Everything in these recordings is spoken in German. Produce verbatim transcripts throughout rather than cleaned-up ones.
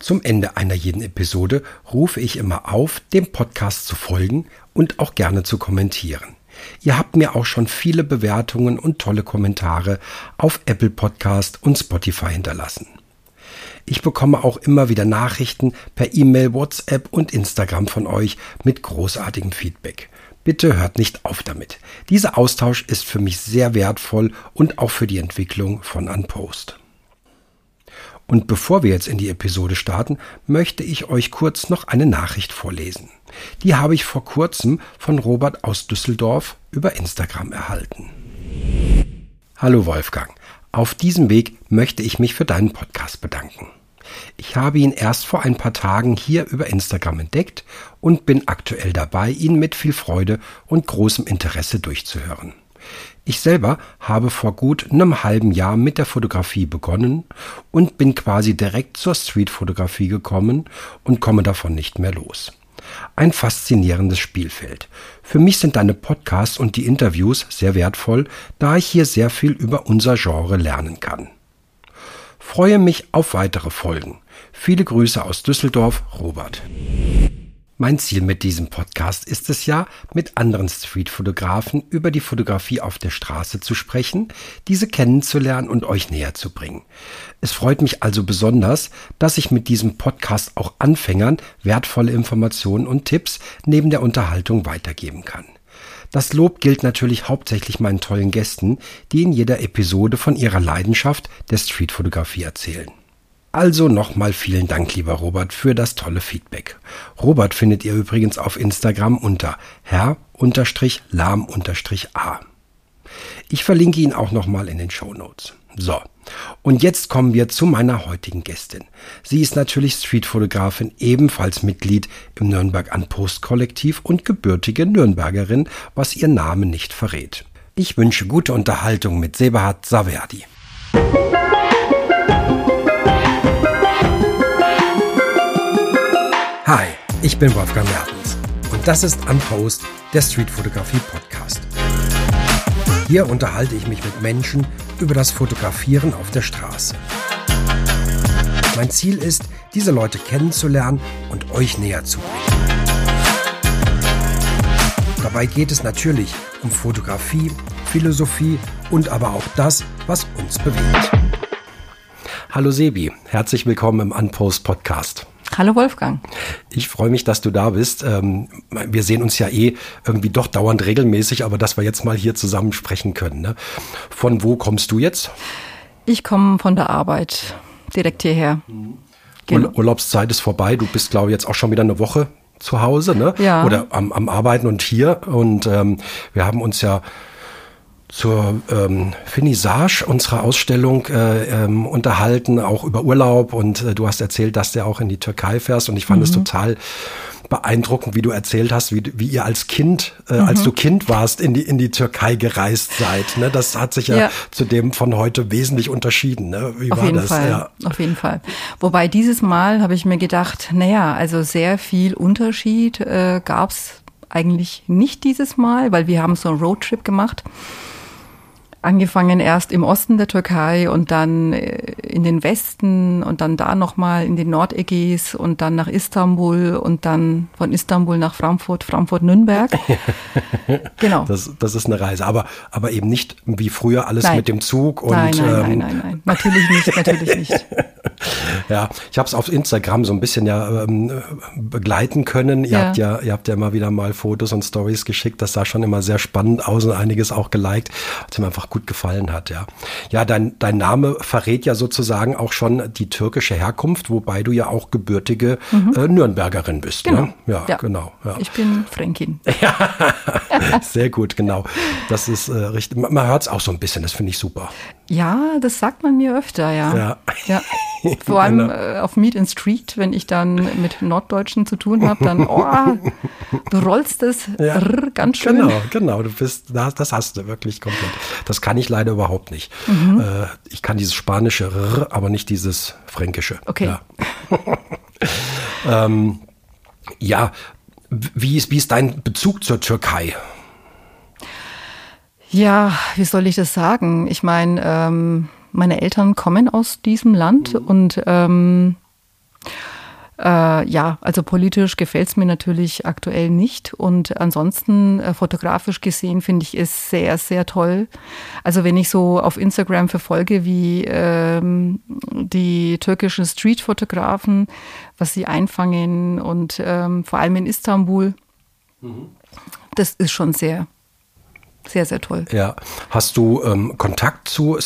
Zum Ende einer jeden Episode rufe ich immer auf, dem Podcast zu folgen und auch gerne zu kommentieren. Ihr habt mir auch schon viele Bewertungen und tolle Kommentare auf Apple Podcast und Spotify hinterlassen. Ich bekomme auch immer wieder Nachrichten per E-Mail, WhatsApp und Instagram von euch mit großartigem Feedback. Bitte hört nicht auf damit. Dieser Austausch ist für mich sehr wertvoll und auch für die Entwicklung von Unpost. Und bevor wir jetzt in die Episode starten, möchte ich euch kurz noch eine Nachricht vorlesen. Die habe ich vor kurzem von Robert aus Düsseldorf über Instagram erhalten. Hallo Wolfgang, auf diesem Weg möchte ich mich für deinen Podcast bedanken. Ich habe ihn erst vor ein paar Tagen hier über Instagram entdeckt und bin aktuell dabei, ihn mit viel Freude und großem Interesse durchzuhören. Ich selber habe vor gut einem halben Jahr mit der Fotografie begonnen und bin quasi direkt zur Streetfotografie gekommen und komme davon nicht mehr los. Ein faszinierendes Spielfeld. Für mich sind deine Podcasts und die Interviews sehr wertvoll, da ich hier sehr viel über unser Genre lernen kann. Freue mich auf weitere Folgen. Viele Grüße aus Düsseldorf, Robert. Mein Ziel mit diesem Podcast ist es ja, mit anderen Streetfotografen über die Fotografie auf der Straße zu sprechen, diese kennenzulernen und euch näher zu bringen. Es freut mich also besonders, dass ich mit diesem Podcast auch Anfängern wertvolle Informationen und Tipps neben der Unterhaltung weitergeben kann. Das Lob gilt natürlich hauptsächlich meinen tollen Gästen, die in jeder Episode von ihrer Leidenschaft der Streetfotografie erzählen. Also nochmal vielen Dank, lieber Robert, für das tolle Feedback. Robert findet ihr übrigens auf Instagram unter herr-lahm-a. Ich verlinke ihn auch nochmal in den Shownotes. So, und jetzt kommen wir zu meiner heutigen Gästin. Sie ist natürlich Streetfotografin, ebenfalls Mitglied im Nürnberg Unpost Kollektiv und gebürtige Nürnbergerin, was ihr Name nicht verrät. Ich wünsche gute Unterhaltung mit Sebahat Saverdi. Hi, ich bin Wolfgang Mertens und das ist Unpost, der Streetfotografie-Podcast. Hier unterhalte ich mich mit Menschen über das Fotografieren auf der Straße. Mein Ziel ist, diese Leute kennenzulernen und euch näher zu bringen. Dabei geht es natürlich um Fotografie, Philosophie und aber auch das, was uns bewegt. Hallo Sebi, herzlich willkommen im Unpost Podcast. Hallo Wolfgang. Ich freue mich, dass du da bist. Wir sehen uns ja eh irgendwie doch dauernd regelmäßig, aber dass wir jetzt mal hier zusammen sprechen können. Ne? Von wo kommst du jetzt? Ich komme von der Arbeit direkt hierher. Mhm. Genau. Urlaubszeit ist vorbei. Du bist, glaube ich, jetzt auch schon wieder eine Woche zu Hause, ne? Ja. Oder am, am Arbeiten und hier. Und ähm, wir haben uns ja zur ähm, Finissage unserer Ausstellung äh, ähm, unterhalten, auch über Urlaub, und äh, du hast erzählt, dass du auch in die Türkei fährst, und ich fand es mhm. total beeindruckend, wie du erzählt hast, wie, wie ihr als Kind, äh, mhm. als du Kind warst, in die in die Türkei gereist seid. Ne? Das hat sich ja, ja zu dem von heute wesentlich unterschieden. Ne? Wie auf war jeden das? Fall, ja. auf jeden Fall. Wobei dieses Mal habe ich mir gedacht, naja, also sehr viel Unterschied äh, gab es eigentlich nicht dieses Mal, weil wir haben so einen Roadtrip gemacht. Angefangen erst im Osten der Türkei und dann in den Westen und dann da nochmal in den Nordägäis und dann nach Istanbul und dann von Istanbul nach Frankfurt, Frankfurt-Nürnberg. Genau. Das, das ist eine Reise, aber, aber eben nicht wie früher alles nein. mit dem Zug. Und, nein, nein, ähm, nein, nein, nein, natürlich nicht, natürlich nicht. Ja, ich habe es auf Instagram so ein bisschen ja ähm, begleiten können. Ihr, ja. Habt ja, ihr habt ja immer wieder mal Fotos und Stories geschickt. Das sah schon immer sehr spannend aus und einiges auch geliked, was mir einfach gut gefallen hat. Ja, ja, dein, dein Name verrät ja sozusagen auch schon die türkische Herkunft, wobei du ja auch gebürtige mhm. äh, Nürnbergerin bist. Genau. Ne? Ja, ja, genau. Ja. Ich bin Fränkin. Ja, sehr gut, genau. Das ist äh, richtig. Man hört es auch so ein bisschen, das finde ich super. Ja, das sagt man mir öfter, ja. Ja. ja. Vor allem genau. äh, auf Meet and Street, wenn ich dann mit Norddeutschen zu tun habe, dann, oh, du rollst es ja. rrr, ganz schön. Genau, genau, du bist, das, das hast du wirklich komplett. Das kann ich leider überhaupt nicht. Mhm. Äh, ich kann dieses spanische rrr, aber nicht dieses fränkische. Okay. Ja, ähm, ja. Wie ist, wie ist dein Bezug zur Türkei? Ja, wie soll ich das sagen? Ich meine, ähm, meine Eltern kommen aus diesem Land mhm. und ähm, Äh, ja, also politisch gefällt es mir natürlich aktuell nicht. Und ansonsten äh, fotografisch gesehen finde ich es sehr, sehr toll. Also wenn ich so auf Instagram verfolge, wie ähm, die türkischen Street-Fotografen, was sie einfangen und ähm, vor allem in Istanbul, mhm. das ist schon sehr, sehr, sehr toll. Ja. Hast du ähm, Kontakt zu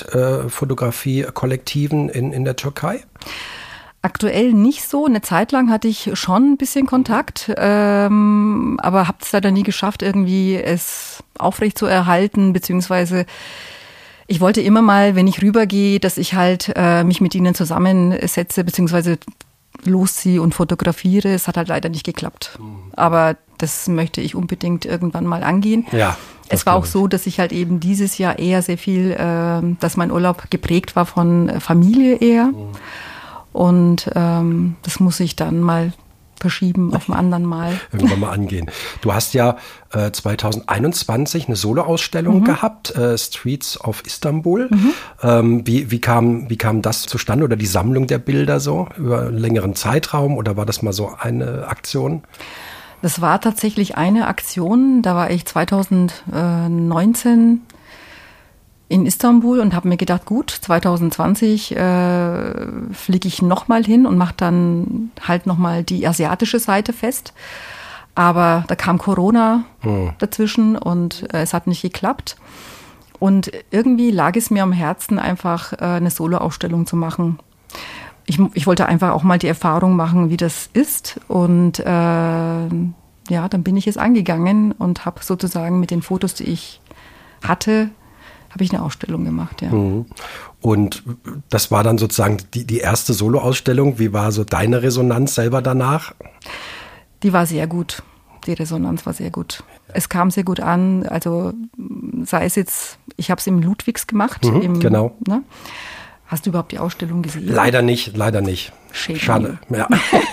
Street-Fotografie-Kollektiven in, in der Türkei? Aktuell nicht so. Eine Zeit lang hatte ich schon ein bisschen Kontakt, ähm, aber habe es leider nie geschafft, irgendwie es aufrecht zu erhalten, beziehungsweise ich wollte immer mal, wenn ich rübergehe, dass ich halt äh, mich mit ihnen zusammensetze, beziehungsweise losziehe und fotografiere. Es hat halt leider nicht geklappt. Aber das möchte ich unbedingt irgendwann mal angehen. Ja. Es war auch so, dass ich halt eben dieses Jahr eher sehr viel, äh, dass mein Urlaub geprägt war von Familie eher. Mhm. Und ähm, das muss ich dann mal verschieben auf einen anderen Mal. Irgendwann mal angehen. Du hast ja äh, zwanzig einundzwanzig eine Solo-Ausstellung mhm. gehabt, äh, Streets of Istanbul. Mhm. Ähm, wie, wie, kam, wie kam das zustande oder die Sammlung der Bilder so über einen längeren Zeitraum oder war das mal so eine Aktion? Das war tatsächlich eine Aktion. Da war ich zwanzig neunzehn in Istanbul und habe mir gedacht, gut, zwanzig zwanzig äh, fliege ich nochmal hin und mache dann halt nochmal die asiatische Seite fest. Aber da kam Corona hm. dazwischen und äh, es hat nicht geklappt. Und irgendwie lag es mir am Herzen, einfach äh, eine Solo-Ausstellung zu machen. Ich, ich wollte einfach auch mal die Erfahrung machen, wie das ist. Und äh, ja, dann bin ich es angegangen und habe sozusagen mit den Fotos, die ich hatte, habe ich eine Ausstellung gemacht, ja. Und das war dann sozusagen die, die erste Solo-Ausstellung. Wie war so deine Resonanz selber danach? Die war sehr gut. Die Resonanz war sehr gut. Es kam sehr gut an. Also sei es jetzt, ich habe es im Ludwigs gemacht. Mhm, im, genau. Ne? Hast du überhaupt die Ausstellung gesehen? Leider nicht, leider nicht. Schade. Schade, ja.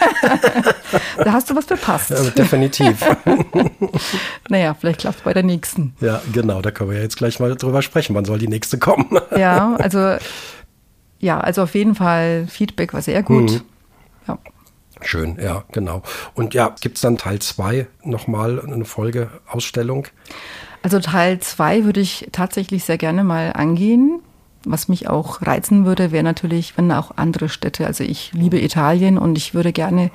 Da hast du was verpasst. Ja, definitiv. Naja, vielleicht klappt es bei der nächsten. Ja, genau, da können wir ja jetzt gleich mal drüber sprechen. Wann soll die nächste kommen? Ja, also, ja, also auf jeden Fall, Feedback war sehr gut. Mhm. Ja. Schön, ja, genau. Und ja, gibt es dann Teil zwei nochmal, eine Folgeausstellung? Also Teil zwei würde ich tatsächlich sehr gerne mal angehen. Was mich auch reizen würde, wäre natürlich, wenn auch andere Städte, also ich liebe Italien und ich würde gerne,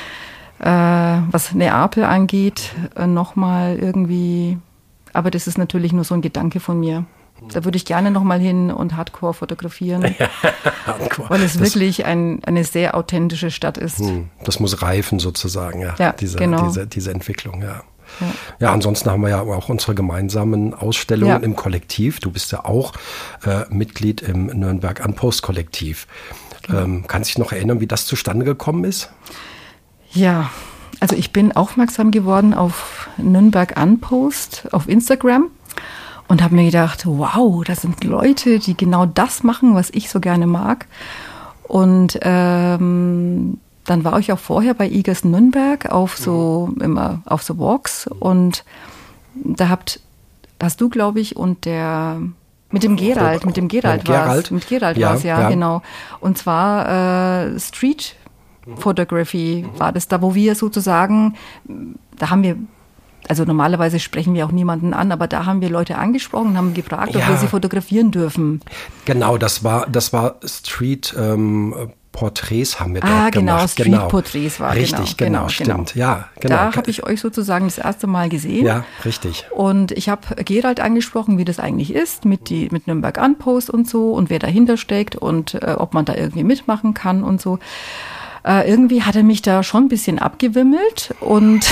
äh, was Neapel angeht, äh, nochmal irgendwie, aber das ist natürlich nur so ein Gedanke von mir. Da würde ich gerne nochmal hin und Hardcore fotografieren, Hardcore. Weil es das wirklich ein, eine sehr authentische Stadt ist. Das muss reifen sozusagen, ja, ja diese, genau. diese, diese Entwicklung, ja. Ja. ja, ansonsten haben wir ja auch unsere gemeinsamen Ausstellungen ja. im Kollektiv. Du bist ja auch äh, Mitglied im Nürnberg Unpost Kollektiv. Genau. Ähm, kannst du dich noch erinnern, wie das zustande gekommen ist? Ja, also ich bin aufmerksam geworden auf Nürnberg Unpost auf Instagram und habe mir gedacht, wow, das sind Leute, die genau das machen, was ich so gerne mag. Und ähm, dann war ich auch vorher bei Igers Nürnberg auf so immer auf so Walks und da habt hast du, glaube ich, und der mit dem Gerald, mit dem Gerald war es, mit Gerald ja, war es, ja, ja, genau. Und zwar äh, Street Photography war das da, wo wir sozusagen, da haben wir, also normalerweise sprechen wir auch niemanden an, aber da haben wir Leute angesprochen und haben gefragt, ja. ob wir sie fotografieren dürfen. Genau, das war das war Street ähm, Porträts haben wir dort ah, genau, gemacht. Street genau, Porträts war richtig, genau, genau, stimmt, genau. Ja, genau. Da habe ich euch sozusagen das erste Mal gesehen. Ja, richtig. Und ich habe Gerald angesprochen, wie das eigentlich ist mit die mit Nürnberg Unpost und so und wer dahinter steckt und äh, ob man da irgendwie mitmachen kann und so. Äh, irgendwie hat er mich da schon ein bisschen abgewimmelt und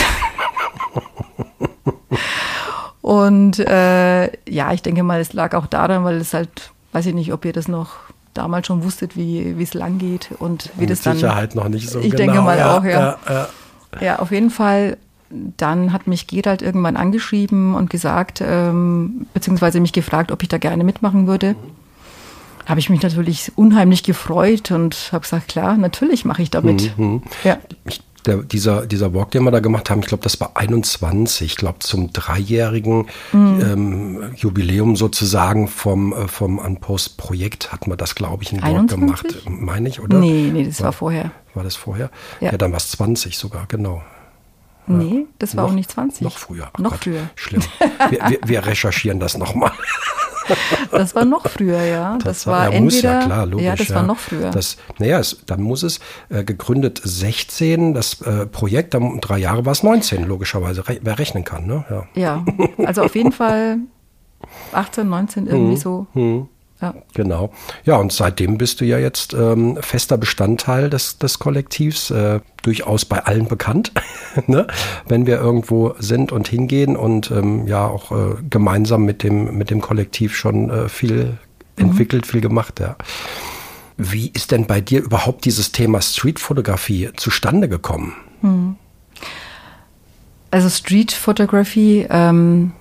und äh, ja, ich denke mal, es lag auch daran, weil es halt, weiß ich nicht, ob ihr das noch damals schon wusstet, wie wie es lang geht und wie Mit das dann. Sicherheit noch nicht so ich genau. denke mal ja, auch, ja. Ja, ja. Ja, auf jeden Fall. Dann hat mich Gerald irgendwann angeschrieben und gesagt, ähm, beziehungsweise mich gefragt, ob ich da gerne mitmachen würde. Mhm. Habe ich mich natürlich unheimlich gefreut und habe gesagt, klar, natürlich mache ich da mit. Mhm. Ja. Ich der, dieser, dieser Walk, den wir da gemacht haben, ich glaube, das war einundzwanzig, ich glaube, zum dreijährigen mhm. ähm, Jubiläum sozusagen vom, äh, vom Unpost-Projekt hatten wir das, glaube ich, in Walk gemacht, meine ich, oder? Nee, nee, das war, war vorher. War das vorher? Ja, ja dann war es zwanzig sogar, genau. Nee, das war noch, auch nicht zwanzig. Noch früher. Ach noch Gott, früher. Schlimm. Wir, wir, wir recherchieren das nochmal. Das war noch früher, ja. Das, das war ja, entweder, muss ja, klar, logisch. Ja, das ja. war noch früher. Das, naja, es, dann muss es äh, gegründet sechzehn, das äh, Projekt, dann drei Jahre war es neunzehn, logischerweise, re wer rechnen kann. Ne? Ja. ja, also auf jeden Fall achtzehn, neunzehn, irgendwie hm, so. Hm. Ja. Genau. Ja, und seitdem bist du ja jetzt ähm, fester Bestandteil des, des Kollektivs, äh, durchaus bei allen bekannt, ne? Wenn wir irgendwo sind und hingehen und ähm, ja auch äh, gemeinsam mit dem, mit dem Kollektiv schon äh, viel mhm. entwickelt, viel gemacht. Ja. Wie ist denn bei dir überhaupt dieses Thema Streetfotografie zustande gekommen? Mhm. Also Streetfotografie ähm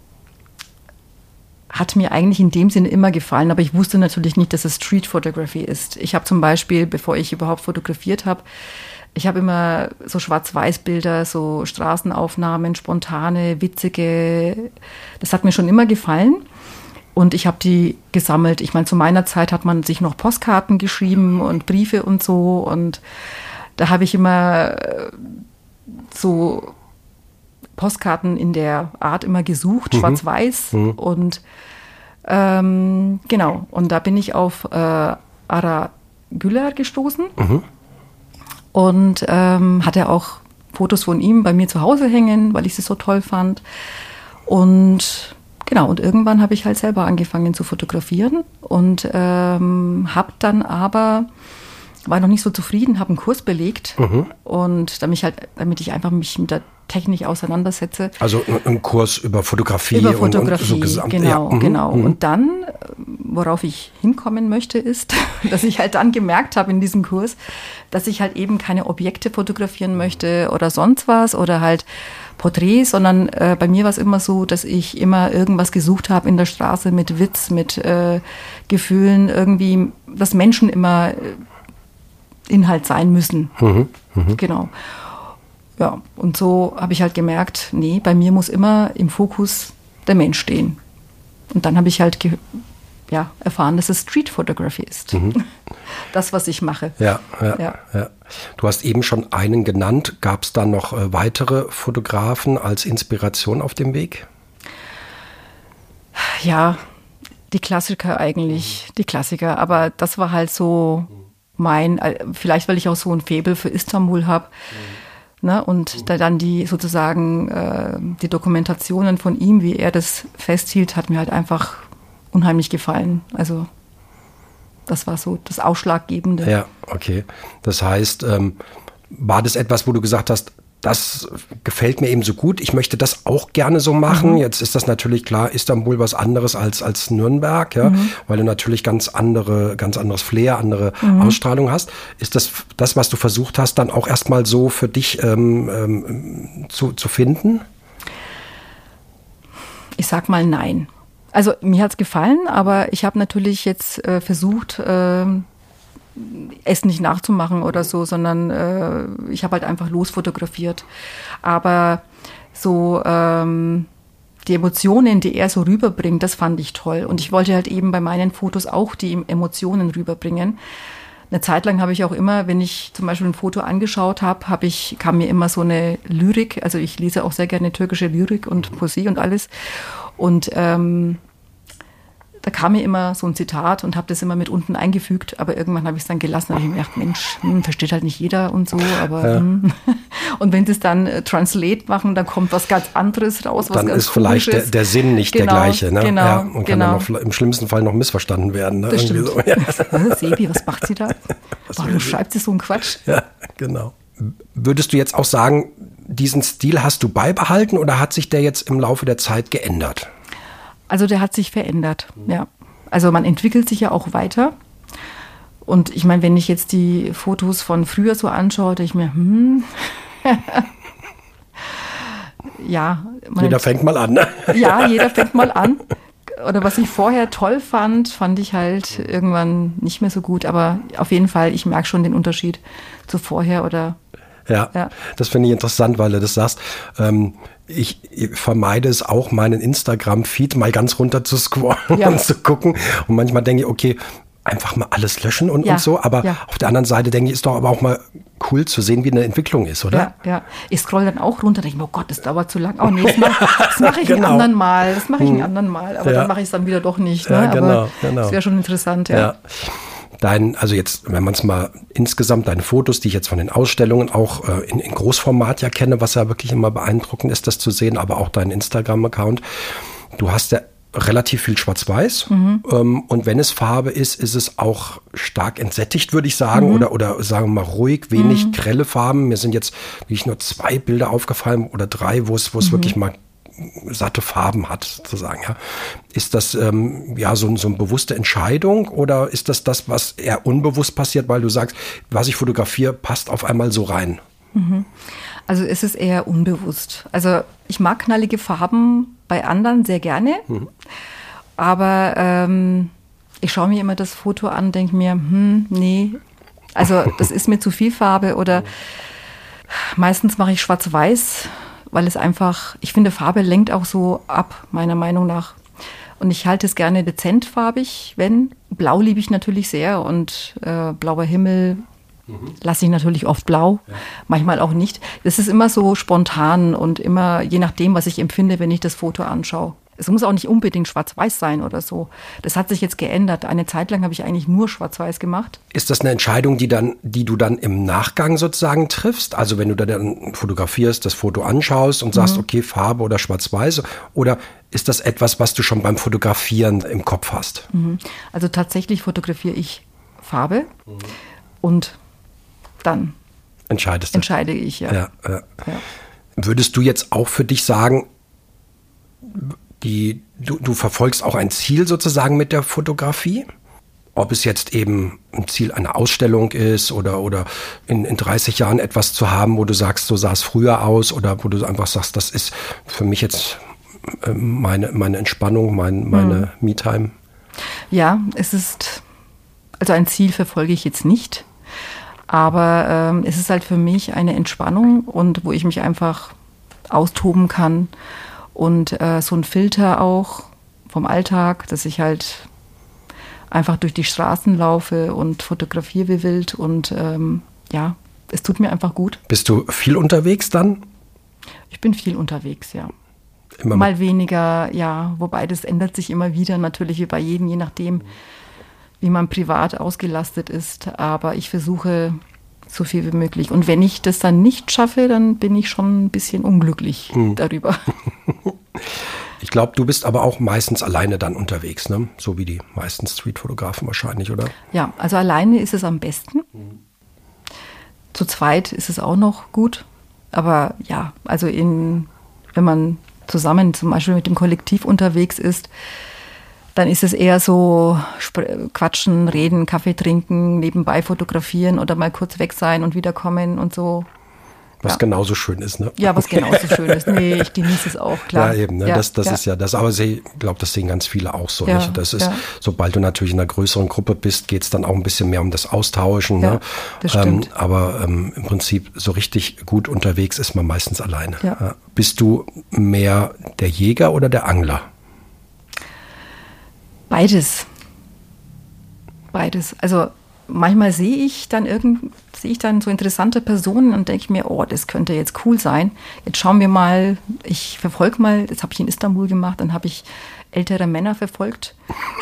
hat mir eigentlich in dem Sinne immer gefallen, aber ich wusste natürlich nicht, dass es Street Photography ist. Ich habe zum Beispiel, bevor ich überhaupt fotografiert habe, ich habe immer so Schwarz-Weiß-Bilder, so Straßenaufnahmen, spontane, witzige, das hat mir schon immer gefallen und ich habe die gesammelt. Ich meine, zu meiner Zeit hat man sich noch Postkarten geschrieben und Briefe und so und da habe ich immer so Postkarten in der Art immer gesucht, mhm. schwarz-weiß mhm. und ähm, genau, und da bin ich auf äh, Ara Güler gestoßen mhm. und ähm, hatte auch Fotos von ihm bei mir zu Hause hängen, weil ich sie so toll fand und genau, und irgendwann habe ich halt selber angefangen zu fotografieren und ähm, habe dann aber war noch nicht so zufrieden, habe einen Kurs belegt mhm. und damit ich, halt, damit ich einfach mich mit der Technik auseinandersetze. Also ein Kurs über Fotografie. Über Fotografie, und, und so gesamt, genau, ja. mhm. genau. Mhm. Und dann, worauf ich hinkommen möchte, ist, dass ich halt dann gemerkt habe in diesem Kurs, dass ich halt eben keine Objekte fotografieren möchte oder sonst was oder halt Porträts, sondern äh, bei mir war es immer so, dass ich immer irgendwas gesucht habe in der Straße mit Witz, mit äh, Gefühlen, irgendwie, dass Menschen immer äh, Inhalt sein müssen. Mhm, mh. Genau. Ja, und so habe ich halt gemerkt, nee, bei mir muss immer im Fokus der Mensch stehen. Und dann habe ich halt ge- ja, erfahren, dass es Street Photography ist. Mhm. Das, was ich mache. Ja, ja, ja. ja. Du hast eben schon einen genannt. Gab es da noch äh, weitere Fotografen als Inspiration auf dem Weg? Ja, die Klassiker eigentlich, die Klassiker. Aber das war halt so mein, vielleicht weil ich auch so ein Faible für Istanbul habe, mhm. ne, und da dann die sozusagen äh, die Dokumentationen von ihm, wie er das festhielt, hat mir halt einfach unheimlich gefallen. Also das war so das Ausschlaggebende. Ja, okay. Das heißt, ähm, war das etwas, wo du gesagt hast, das gefällt mir eben so gut, ich möchte das auch gerne so machen. Mhm. Jetzt ist das natürlich klar, Istanbul was anderes als, als Nürnberg, ja, mhm. weil du natürlich ganz andere, ganz anderes Flair, andere mhm. Ausstrahlung hast. Ist das das, was du versucht hast, dann auch erstmal so für dich ähm, ähm, zu, zu finden? Ich sag mal nein. Also mir hat's gefallen, aber ich habe natürlich jetzt äh, versucht, äh, es nicht nachzumachen oder so, sondern äh, ich habe halt einfach losfotografiert. Aber so ähm, die Emotionen, die er so rüberbringt, das fand ich toll. Und ich wollte halt eben bei meinen Fotos auch die Emotionen rüberbringen. Eine Zeit lang habe ich auch immer, wenn ich zum Beispiel ein Foto angeschaut habe, habe ich, kam mir immer so eine Lyrik, also ich lese auch sehr gerne türkische Lyrik und Poesie und alles. Und ähm, da kam mir immer so ein Zitat und habe das immer mit unten eingefügt, aber irgendwann habe ich es dann gelassen und habe ich mir gedacht, Mensch, hm, versteht halt nicht jeder und so, aber ja. hm. Und wenn sie es dann äh, translate machen, dann kommt was ganz anderes raus, was dann ganz ist vielleicht der, der Sinn nicht genau, der gleiche, ne? Genau, ja, und kann genau. dann noch im schlimmsten Fall noch missverstanden werden. Ne? Das stimmt. So, ja. Sebi, was macht sie da? Warum schreibt sie so einen Quatsch? Ja, genau. Würdest du jetzt auch sagen, diesen Stil hast du beibehalten oder hat sich der jetzt im Laufe der Zeit geändert? Also der hat sich verändert, ja. Also man entwickelt sich ja auch weiter. Und ich meine, wenn ich jetzt die Fotos von früher so anschaue, denke ich mir, hm, ja. Jeder fängt mal an, ne? Ja, jeder fängt mal an. Oder was ich vorher toll fand, fand ich halt irgendwann nicht mehr so gut. Aber auf jeden Fall, ich merke schon den Unterschied zu vorher oder Ja, ja. Das finde ich interessant, weil du das sagst. Ähm, ich vermeide es auch, meinen Instagram-Feed mal ganz runter zu scrollen ja. und zu gucken. Und manchmal denke ich, okay, einfach mal alles löschen und, ja. und so. Aber ja. auf der anderen Seite denke ich, ist doch aber auch mal cool zu sehen, wie eine Entwicklung ist, oder? Ja, ja. Ich scroll dann auch runter, denke ich mir, oh Gott, das dauert zu lang. Oh nee, das mache mach ich genau. ein anderen Mal. Das mache ich ein anderen Mal. Aber ja. dann mache ich es dann wieder doch nicht. Ne? Ja, genau, aber genau. Das wäre schon interessant, ja. ja. Dein, also jetzt, wenn man es mal insgesamt, deine Fotos, die ich jetzt von den Ausstellungen auch äh, in, in Großformat ja kenne, was ja wirklich immer beeindruckend ist, das zu sehen, aber auch deinen Instagram-Account. Du hast ja relativ viel Schwarz-Weiß. Mhm. Ähm, und wenn es Farbe ist, ist es auch stark entsättigt, würde ich sagen, mhm. oder, oder sagen wir mal ruhig, wenig mhm. grelle Farben. Mir sind jetzt wirklich nur zwei Bilder aufgefallen oder drei, wo es, wo es mhm. wirklich mal satte Farben hat, sozusagen. Ja. Ist das ähm, ja so, so eine bewusste Entscheidung oder ist das das, was eher unbewusst passiert, weil du sagst, was ich fotografiere, passt auf einmal so rein? Mhm. Also es ist eher unbewusst. Also ich mag knallige Farben bei anderen sehr gerne, mhm. aber ähm, ich schaue mir immer das Foto an und denke mir, hm, nee, also das ist mir zu viel Farbe oder meistens mache ich schwarz-weiß, weil es einfach, ich finde, Farbe lenkt auch so ab, meiner Meinung nach. Und ich halte es gerne dezent farbig, wenn. Blau liebe ich natürlich sehr und äh, blauer Himmel mhm. lasse ich natürlich oft blau, ja. manchmal auch nicht. Das ist immer so spontan und immer je nachdem, was ich empfinde, wenn ich das Foto anschaue. Es muss auch nicht unbedingt schwarz-weiß sein oder so. Das hat sich jetzt geändert. Eine Zeit lang habe ich eigentlich nur schwarz-weiß gemacht. Ist das eine Entscheidung, die dann, die du dann im Nachgang sozusagen triffst? Also wenn du dann fotografierst, das Foto anschaust und sagst, mhm. okay, Farbe oder schwarz-weiß? Oder ist das etwas, was du schon beim Fotografieren im Kopf hast? Mhm. Also tatsächlich fotografiere ich Farbe mhm. und dann Entscheidest du? entscheide ich, ja. Ja, ja. ja. Würdest du jetzt auch für dich sagen, Die, du, du verfolgst auch ein Ziel sozusagen mit der Fotografie? Ob es jetzt eben ein Ziel einer Ausstellung ist oder, oder in, in dreißig Jahren etwas zu haben, wo du sagst, so sah es früher aus oder wo du einfach sagst, das ist für mich jetzt meine, meine Entspannung, mein, meine hm. Me-Time. Ja, es ist, also ein Ziel verfolge ich jetzt nicht, aber ähm, es ist halt für mich eine Entspannung und wo ich mich einfach austoben kann. Und äh, so ein Filter auch vom Alltag, dass ich halt einfach durch die Straßen laufe und fotografiere wie wild. Und ähm, ja, es tut mir einfach gut. Bist du viel unterwegs dann? Ich bin viel unterwegs, ja. Immer mal weniger, ja. Wobei das ändert sich immer wieder, natürlich wie bei jedem, je nachdem, wie man privat ausgelastet ist. Aber ich versuche so viel wie möglich. Und wenn ich das dann nicht schaffe, dann bin ich schon ein bisschen unglücklich hm. darüber. Ich glaube, du bist aber auch meistens alleine dann unterwegs, ne? So wie die meisten Streetfotografen wahrscheinlich, oder? Ja, also alleine ist es am besten. Hm. Zu zweit ist es auch noch gut. Aber ja, also in, wenn man zusammen zum Beispiel mit dem Kollektiv unterwegs ist, dann ist es eher so quatschen, reden, Kaffee trinken, nebenbei fotografieren oder mal kurz weg sein und wiederkommen und so. Was ja. genauso schön ist, ne? Ja, was genauso schön ist. Nee, ich genieße es auch, klar. Ja, eben, ne? Ja, das, das ja. ist ja das. Aber ich glaube, das sehen ganz viele auch so. Ja, nicht? Das ist, ja. sobald du natürlich in einer größeren Gruppe bist, geht es dann auch ein bisschen mehr um das Austauschen. Ja, ne? das stimmt. Ähm, aber ähm, im Prinzip so richtig gut unterwegs ist man meistens alleine. Ja. Ja. Bist du mehr der Jäger oder der Angler? Beides. Beides. Also manchmal sehe ich dann irgend, sehe ich dann so interessante Personen und denke ich mir, oh, das könnte jetzt cool sein. Jetzt schauen wir mal, ich verfolge mal, das habe ich in Istanbul gemacht, dann habe ich ältere Männer verfolgt.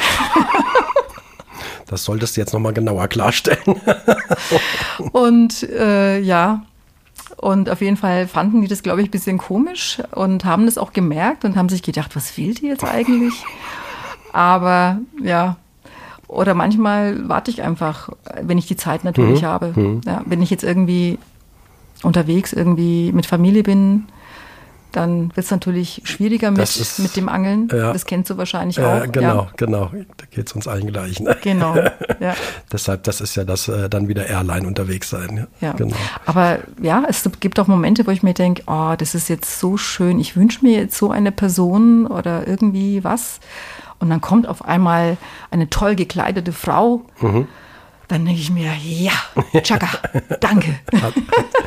Das solltest du jetzt nochmal genauer klarstellen. Und äh, ja, und auf jeden Fall fanden die das, glaube ich, ein bisschen komisch und haben das auch gemerkt und haben sich gedacht, was fehlt dir jetzt eigentlich? Aber ja, oder manchmal warte ich einfach, wenn ich die Zeit natürlich mhm. habe. Mhm. Ja, wenn ich jetzt irgendwie unterwegs irgendwie mit Familie bin, dann wird es natürlich schwieriger mit, ist, mit dem Angeln. Ja. Das kennst du wahrscheinlich ja, auch. Genau, ja. genau. Da geht es uns allen gleich. Ne? Genau, ja. Deshalb, das ist ja das äh, dann wieder Airline unterwegs sein. Ja, ja. Genau. Aber ja, es gibt auch Momente, wo ich mir denke, oh, das ist jetzt so schön. Ich wünsche mir jetzt so eine Person oder irgendwie was. Und dann kommt auf einmal eine toll gekleidete Frau. Mhm. Dann denke ich mir, ja, tschakka, danke. Hat, hat, hat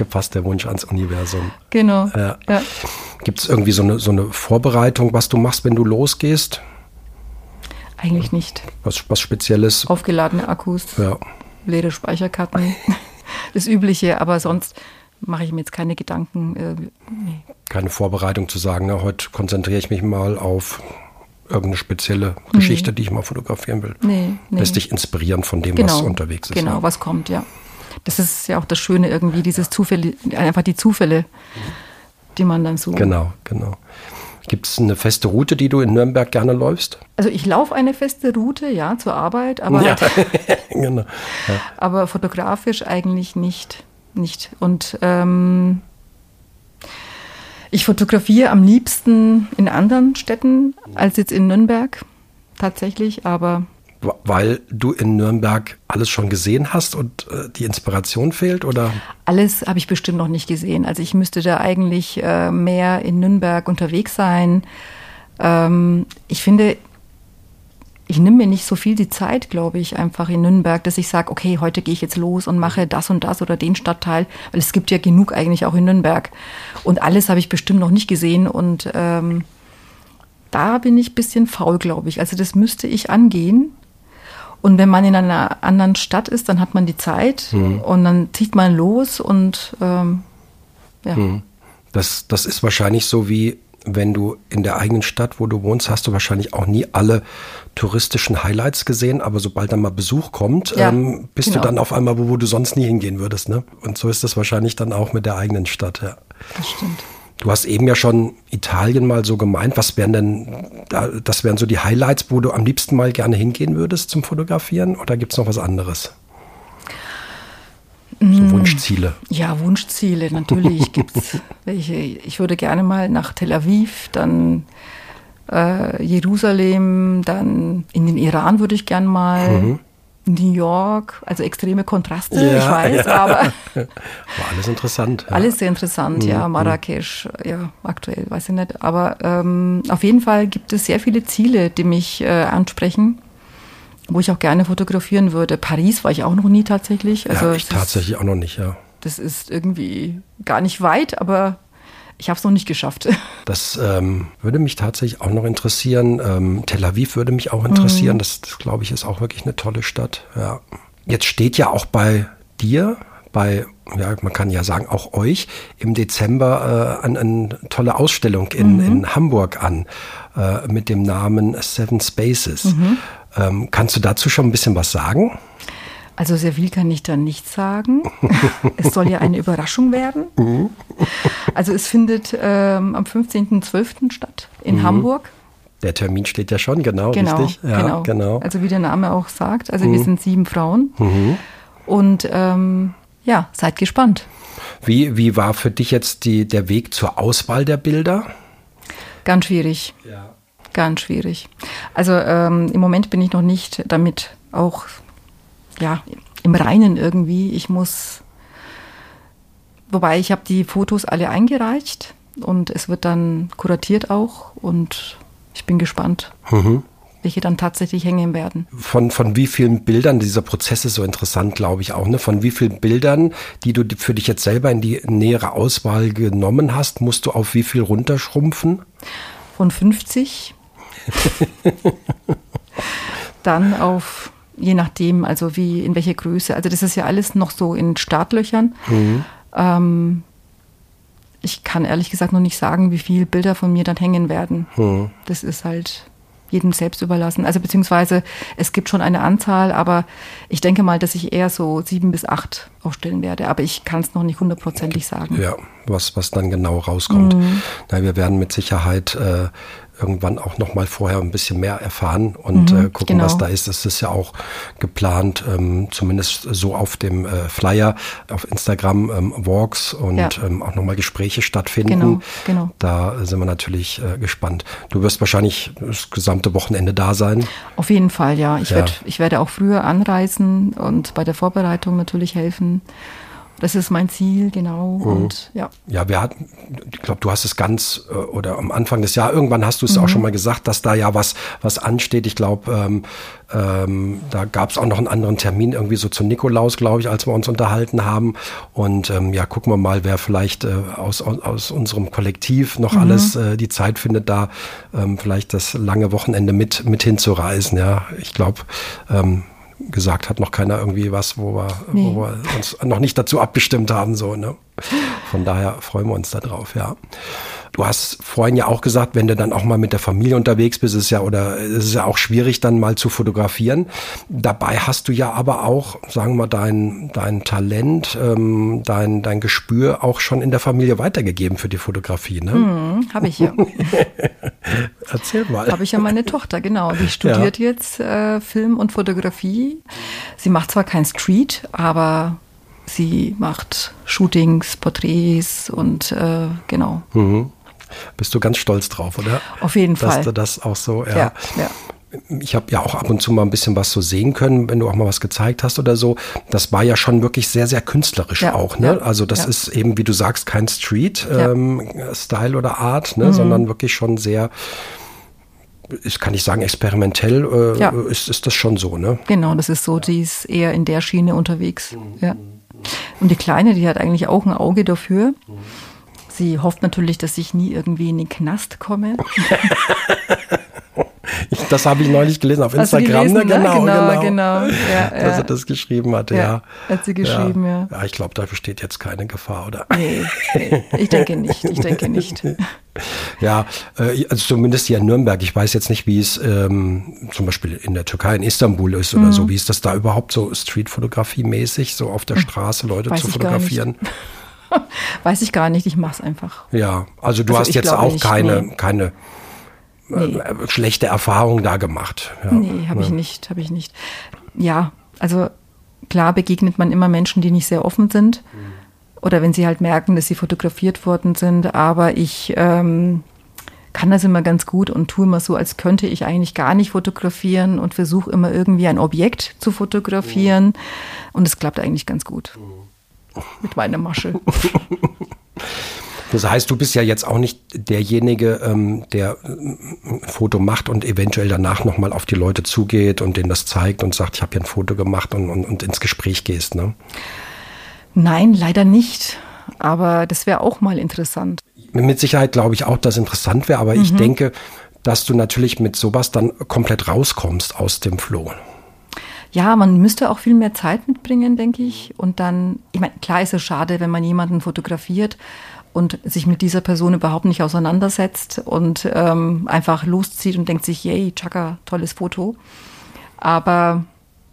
passt der Wunsch ans Universum. Genau. Ja. Ja. Gibt es irgendwie so eine, so eine Vorbereitung, was du machst, wenn du losgehst? Eigentlich nicht. Was, was Spezielles? Aufgeladene Akkus, Ja. leere Speicherkarten, das Übliche, aber sonst mache ich mir jetzt keine Gedanken. Äh, nee. Keine Vorbereitung zu sagen, na, heute konzentriere ich mich mal auf irgendeine spezielle Geschichte, Nee. die ich mal fotografieren will. Nee, nee. Lässt dich inspirieren von dem, Genau, was unterwegs ist. Genau, ja. was kommt, ja. Das ist ja auch das Schöne irgendwie, dieses Zufälle, einfach die Zufälle, die man dann so... Genau, genau. Gibt es eine feste Route, die du in Nürnberg gerne läufst? Also ich laufe eine feste Route, ja, zur Arbeit, aber, Ja, halt, genau. Ja. aber fotografisch eigentlich nicht. nicht. Und ähm, ich fotografiere am liebsten in anderen Städten als jetzt in Nürnberg tatsächlich, aber Weil du in Nürnberg alles schon gesehen hast und äh, die Inspiration fehlt, oder? alles habe ich bestimmt noch nicht gesehen. Also ich müsste da eigentlich äh, mehr in Nürnberg unterwegs sein. Ähm, ich finde, ich nehme mir nicht so viel die Zeit, glaube ich, einfach in Nürnberg, dass ich sage, okay, heute gehe ich jetzt los und mache das und das oder den Stadtteil, weil es gibt ja genug eigentlich auch in Nürnberg. Und alles habe ich bestimmt noch nicht gesehen und ähm, da bin ich ein bisschen faul, glaube ich. Also das müsste ich angehen. Und wenn man in einer anderen Stadt ist, dann hat man die Zeit Mhm. und dann zieht man los und ähm, ja. Hm. Das, das ist wahrscheinlich so wie, wenn du in der eigenen Stadt, wo du wohnst, hast du wahrscheinlich auch nie alle touristischen Highlights gesehen, aber sobald dann mal Besuch kommt, Ja, ähm, bist genau. du dann auf einmal, wo, wo du sonst nie hingehen würdest. Ne? Und so ist das wahrscheinlich dann auch mit der eigenen Stadt. Ja. Das stimmt. Du hast eben ja schon Italien mal so gemeint. Was wären denn, da- das wären so die Highlights, wo du am liebsten mal gerne hingehen würdest zum Fotografieren? Oder gibt es noch was anderes? So Wunschziele. Ja, Wunschziele, natürlich gibt es welche. Ich würde gerne mal nach Tel Aviv, dann äh, Jerusalem, dann in den Iran würde ich gerne mal, Mhm. New York, also extreme Kontraste, Ja, ich weiß, ja. aber War alles interessant. Ja. alles sehr interessant, ja, Marrakesch, ja, aktuell, weiß ich nicht. Aber ähm, auf jeden Fall gibt es sehr viele Ziele, die mich äh, ansprechen, wo ich auch gerne fotografieren würde. Paris war ich auch noch nie tatsächlich. Also ja, ich es ist- tatsächlich auch noch nicht, ja. Das ist irgendwie gar nicht weit, aber ich habe es noch nicht geschafft. Das ähm, würde mich tatsächlich auch noch interessieren. Ähm, Tel Aviv würde mich auch interessieren. Das, das glaube ich, ist auch wirklich eine tolle Stadt. Ja. Jetzt steht ja auch bei dir, bei, ja, man kann ja sagen, auch euch, im Dezember äh, eine, eine tolle Ausstellung in, in Hamburg an, äh, mit dem Namen Seven Spaces. Ähm, kannst du dazu schon ein bisschen was sagen? Also sehr viel kann ich da nicht sagen. Es soll ja eine Überraschung werden. Also es findet ähm, am fünfzehnten zwölften statt in Hamburg. Der Termin steht ja schon, genau, Genau, richtig? Ja, genau. genau. Also wie der Name auch sagt. Also wir sind sieben Frauen. Mhm. Und ähm, ja, seid gespannt. Wie, wie war für dich jetzt die, der Weg zur Auswahl der Bilder? Ganz schwierig. Ja. Ganz schwierig. Also ähm, im Moment bin ich noch nicht damit auch ja, im Reinen irgendwie. Ich muss, wobei ich habe die Fotos alle eingereicht und es wird dann kuratiert auch und ich bin gespannt, Mhm. welche dann tatsächlich hängen werden. Von, von wie vielen Bildern, dieser Prozess ist so interessant, glaube ich auch, ne? Von wie vielen Bildern, die du für dich jetzt selber in die nähere Auswahl genommen hast, musst du auf wie viel runterschrumpfen? Von fünfzig dann auf, je nachdem, also wie, in welcher Größe. Also das ist ja alles noch so in Startlöchern. Ähm, ich kann ehrlich gesagt noch nicht sagen, wie viele Bilder von mir dann hängen werden. Mhm. Das ist halt jedem selbst überlassen. Also beziehungsweise es gibt schon eine Anzahl, aber ich denke mal, dass ich eher so sieben bis acht aufstellen werde. Aber ich kann es noch nicht hundertprozentig sagen. Ja, was, was dann genau rauskommt. Na, wir werden mit Sicherheit äh, irgendwann auch noch mal vorher ein bisschen mehr erfahren und Mhm, äh, gucken, genau. was da ist. Es ist ja auch geplant, ähm, zumindest so auf dem äh, Flyer, auf Instagram ähm, Walks und Ja. ähm, auch nochmal Gespräche stattfinden. Genau, genau. Da sind wir natürlich äh, gespannt. Du wirst wahrscheinlich das gesamte Wochenende da sein. Auf jeden Fall, ja. Ich, Ja. werd, ich werde auch früher anreisen und bei der Vorbereitung natürlich helfen. Das ist mein Ziel, genau. Mhm. Und ja. Ja, wir hatten, ich glaube, du hast es ganz äh, oder am Anfang des Jahres, irgendwann hast du es mhm. auch schon mal gesagt, dass da ja was was ansteht. Ich glaube, ähm, ähm, da gab es auch noch einen anderen Termin, irgendwie so zu Nikolaus, glaube ich, als wir uns unterhalten haben. Und ähm, ja, gucken wir mal, wer vielleicht äh, aus, aus aus unserem Kollektiv noch mhm. alles äh, die Zeit findet, da ähm, vielleicht das lange Wochenende mit mit hinzureisen. Ja, ich glaube, ähm, gesagt hat noch keiner irgendwie was, wo wir, nee. wo wir uns noch nicht dazu abgestimmt haben. So, ne? Von daher freuen wir uns da drauf, ja. Du hast vorhin ja auch gesagt, wenn du dann auch mal mit der Familie unterwegs bist, ist es ja oder ist es ja auch schwierig, dann mal zu fotografieren. Dabei hast du ja aber auch, sagen wir mal, dein dein Talent, ähm, dein dein Gespür auch schon in der Familie weitergegeben für die Fotografie, ne? Hm, habe ich ja. Erzähl mal. Habe ich ja meine Tochter, genau. Die studiert ja. jetzt äh, Film und Fotografie. Sie macht zwar kein Street, aber sie macht Shootings, Porträts und äh, genau. Mhm. Bist du ganz stolz drauf, oder? Auf jeden Dass Fall. Dass du das auch so, ja. ja, ja. Ich habe ja auch ab und zu mal ein bisschen was so sehen können, wenn du auch mal was gezeigt hast oder so. Das war ja schon wirklich sehr, sehr künstlerisch ja, auch, ne? Ja, also das ja. ist eben, wie du sagst, kein Street-Style ähm, oder Art, ne? Mhm. Sondern wirklich schon sehr, ich kann nicht sagen experimentell, äh, ja. ist, ist das schon so, ne? Genau, das ist so, die ist eher in der Schiene unterwegs, mhm. ja. Und die Kleine, die hat eigentlich auch ein Auge dafür. Mhm. Sie hofft natürlich, dass ich nie irgendwie in den Knast komme. Ich, das habe ich neulich gelesen auf Instagram. Gelesen, ne? Genau, genau, genau. genau. Ja, dass ja. er das geschrieben hatte, ja. ja. Hat sie geschrieben, ja. Ja, ja ich glaube, da besteht jetzt keine Gefahr, oder? Nee, nee, ich denke nicht, ich denke nicht. Ja, äh, also zumindest hier in Nürnberg. Ich weiß jetzt nicht, wie es ähm, zum Beispiel in der Türkei, in Istanbul ist oder mhm. so. Wie ist das da überhaupt so Streetfotografie-mäßig, so auf der Straße Leute weiß zu fotografieren? Weiß ich gar nicht, ich mach's einfach. Ja, also du also hast jetzt auch nicht, keine, nee. keine nee. äh, schlechte Erfahrung da gemacht. Ja. Nee, habe ja. ich nicht, habe ich nicht. Ja, also klar begegnet man immer Menschen, die nicht sehr offen sind mhm. oder wenn sie halt merken, dass sie fotografiert worden sind, aber ich ähm, kann das immer ganz gut und tue immer so, als könnte ich eigentlich gar nicht fotografieren und versuche immer irgendwie ein Objekt zu fotografieren mhm. und es klappt eigentlich ganz gut. Mhm. Mit meiner Masche. Das heißt, du bist ja jetzt auch nicht derjenige, ähm, der ein Foto macht und eventuell danach nochmal auf die Leute zugeht und denen das zeigt und sagt, ich habe hier ein Foto gemacht und, und, und ins Gespräch gehst, ne? Nein, leider nicht. Aber das wäre auch mal interessant. Mit Sicherheit glaube ich auch, dass es interessant wäre, aber mhm. ich denke, dass du natürlich mit sowas dann komplett rauskommst aus dem Flow. Ja, man müsste auch viel mehr Zeit mitbringen, denke ich. Und dann, ich meine, klar ist es schade, wenn man jemanden fotografiert und sich mit dieser Person überhaupt nicht auseinandersetzt und ähm, einfach loszieht und denkt sich, yay, tschakka, tolles Foto. Aber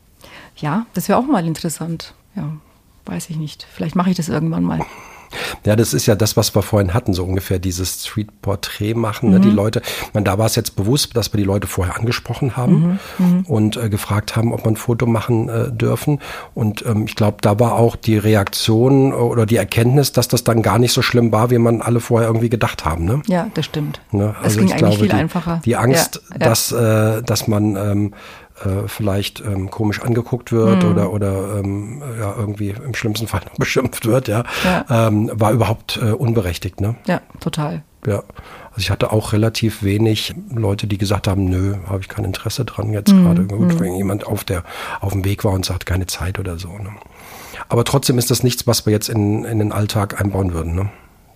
ja, das wäre auch mal interessant. Ja, weiß ich nicht. Vielleicht mache ich das irgendwann mal. Ja, das ist ja das, was wir vorhin hatten, so ungefähr dieses Street-Porträt machen. Ne? Mhm. Die Leute, man, da war es jetzt bewusst, dass wir die Leute vorher angesprochen haben mhm. und äh, gefragt haben, ob man ein Foto machen äh, dürfen. Und ähm, ich glaube, da war auch die Reaktion oder die Erkenntnis, dass das dann gar nicht so schlimm war, wie man alle vorher irgendwie gedacht haben. Ne? Ja, das stimmt. Ne? Das also ging ich eigentlich glaube, viel die, einfacher. Die Angst, ja, ja. dass, äh, dass man ähm, Äh, vielleicht ähm, komisch angeguckt wird mhm. oder oder ähm, ja irgendwie im schlimmsten Fall noch beschimpft wird, ja, ja. Ähm, war überhaupt äh, unberechtigt, ne? Ja, total. Ja, also ich hatte auch relativ wenig Leute, die gesagt haben, nö, habe ich kein Interesse dran jetzt mhm. gerade. Gut, mhm. wenn jemand auf der auf dem Weg war und sagt, keine Zeit oder so. Ne? Aber trotzdem ist das nichts, was wir jetzt in in den Alltag einbauen würden, ne?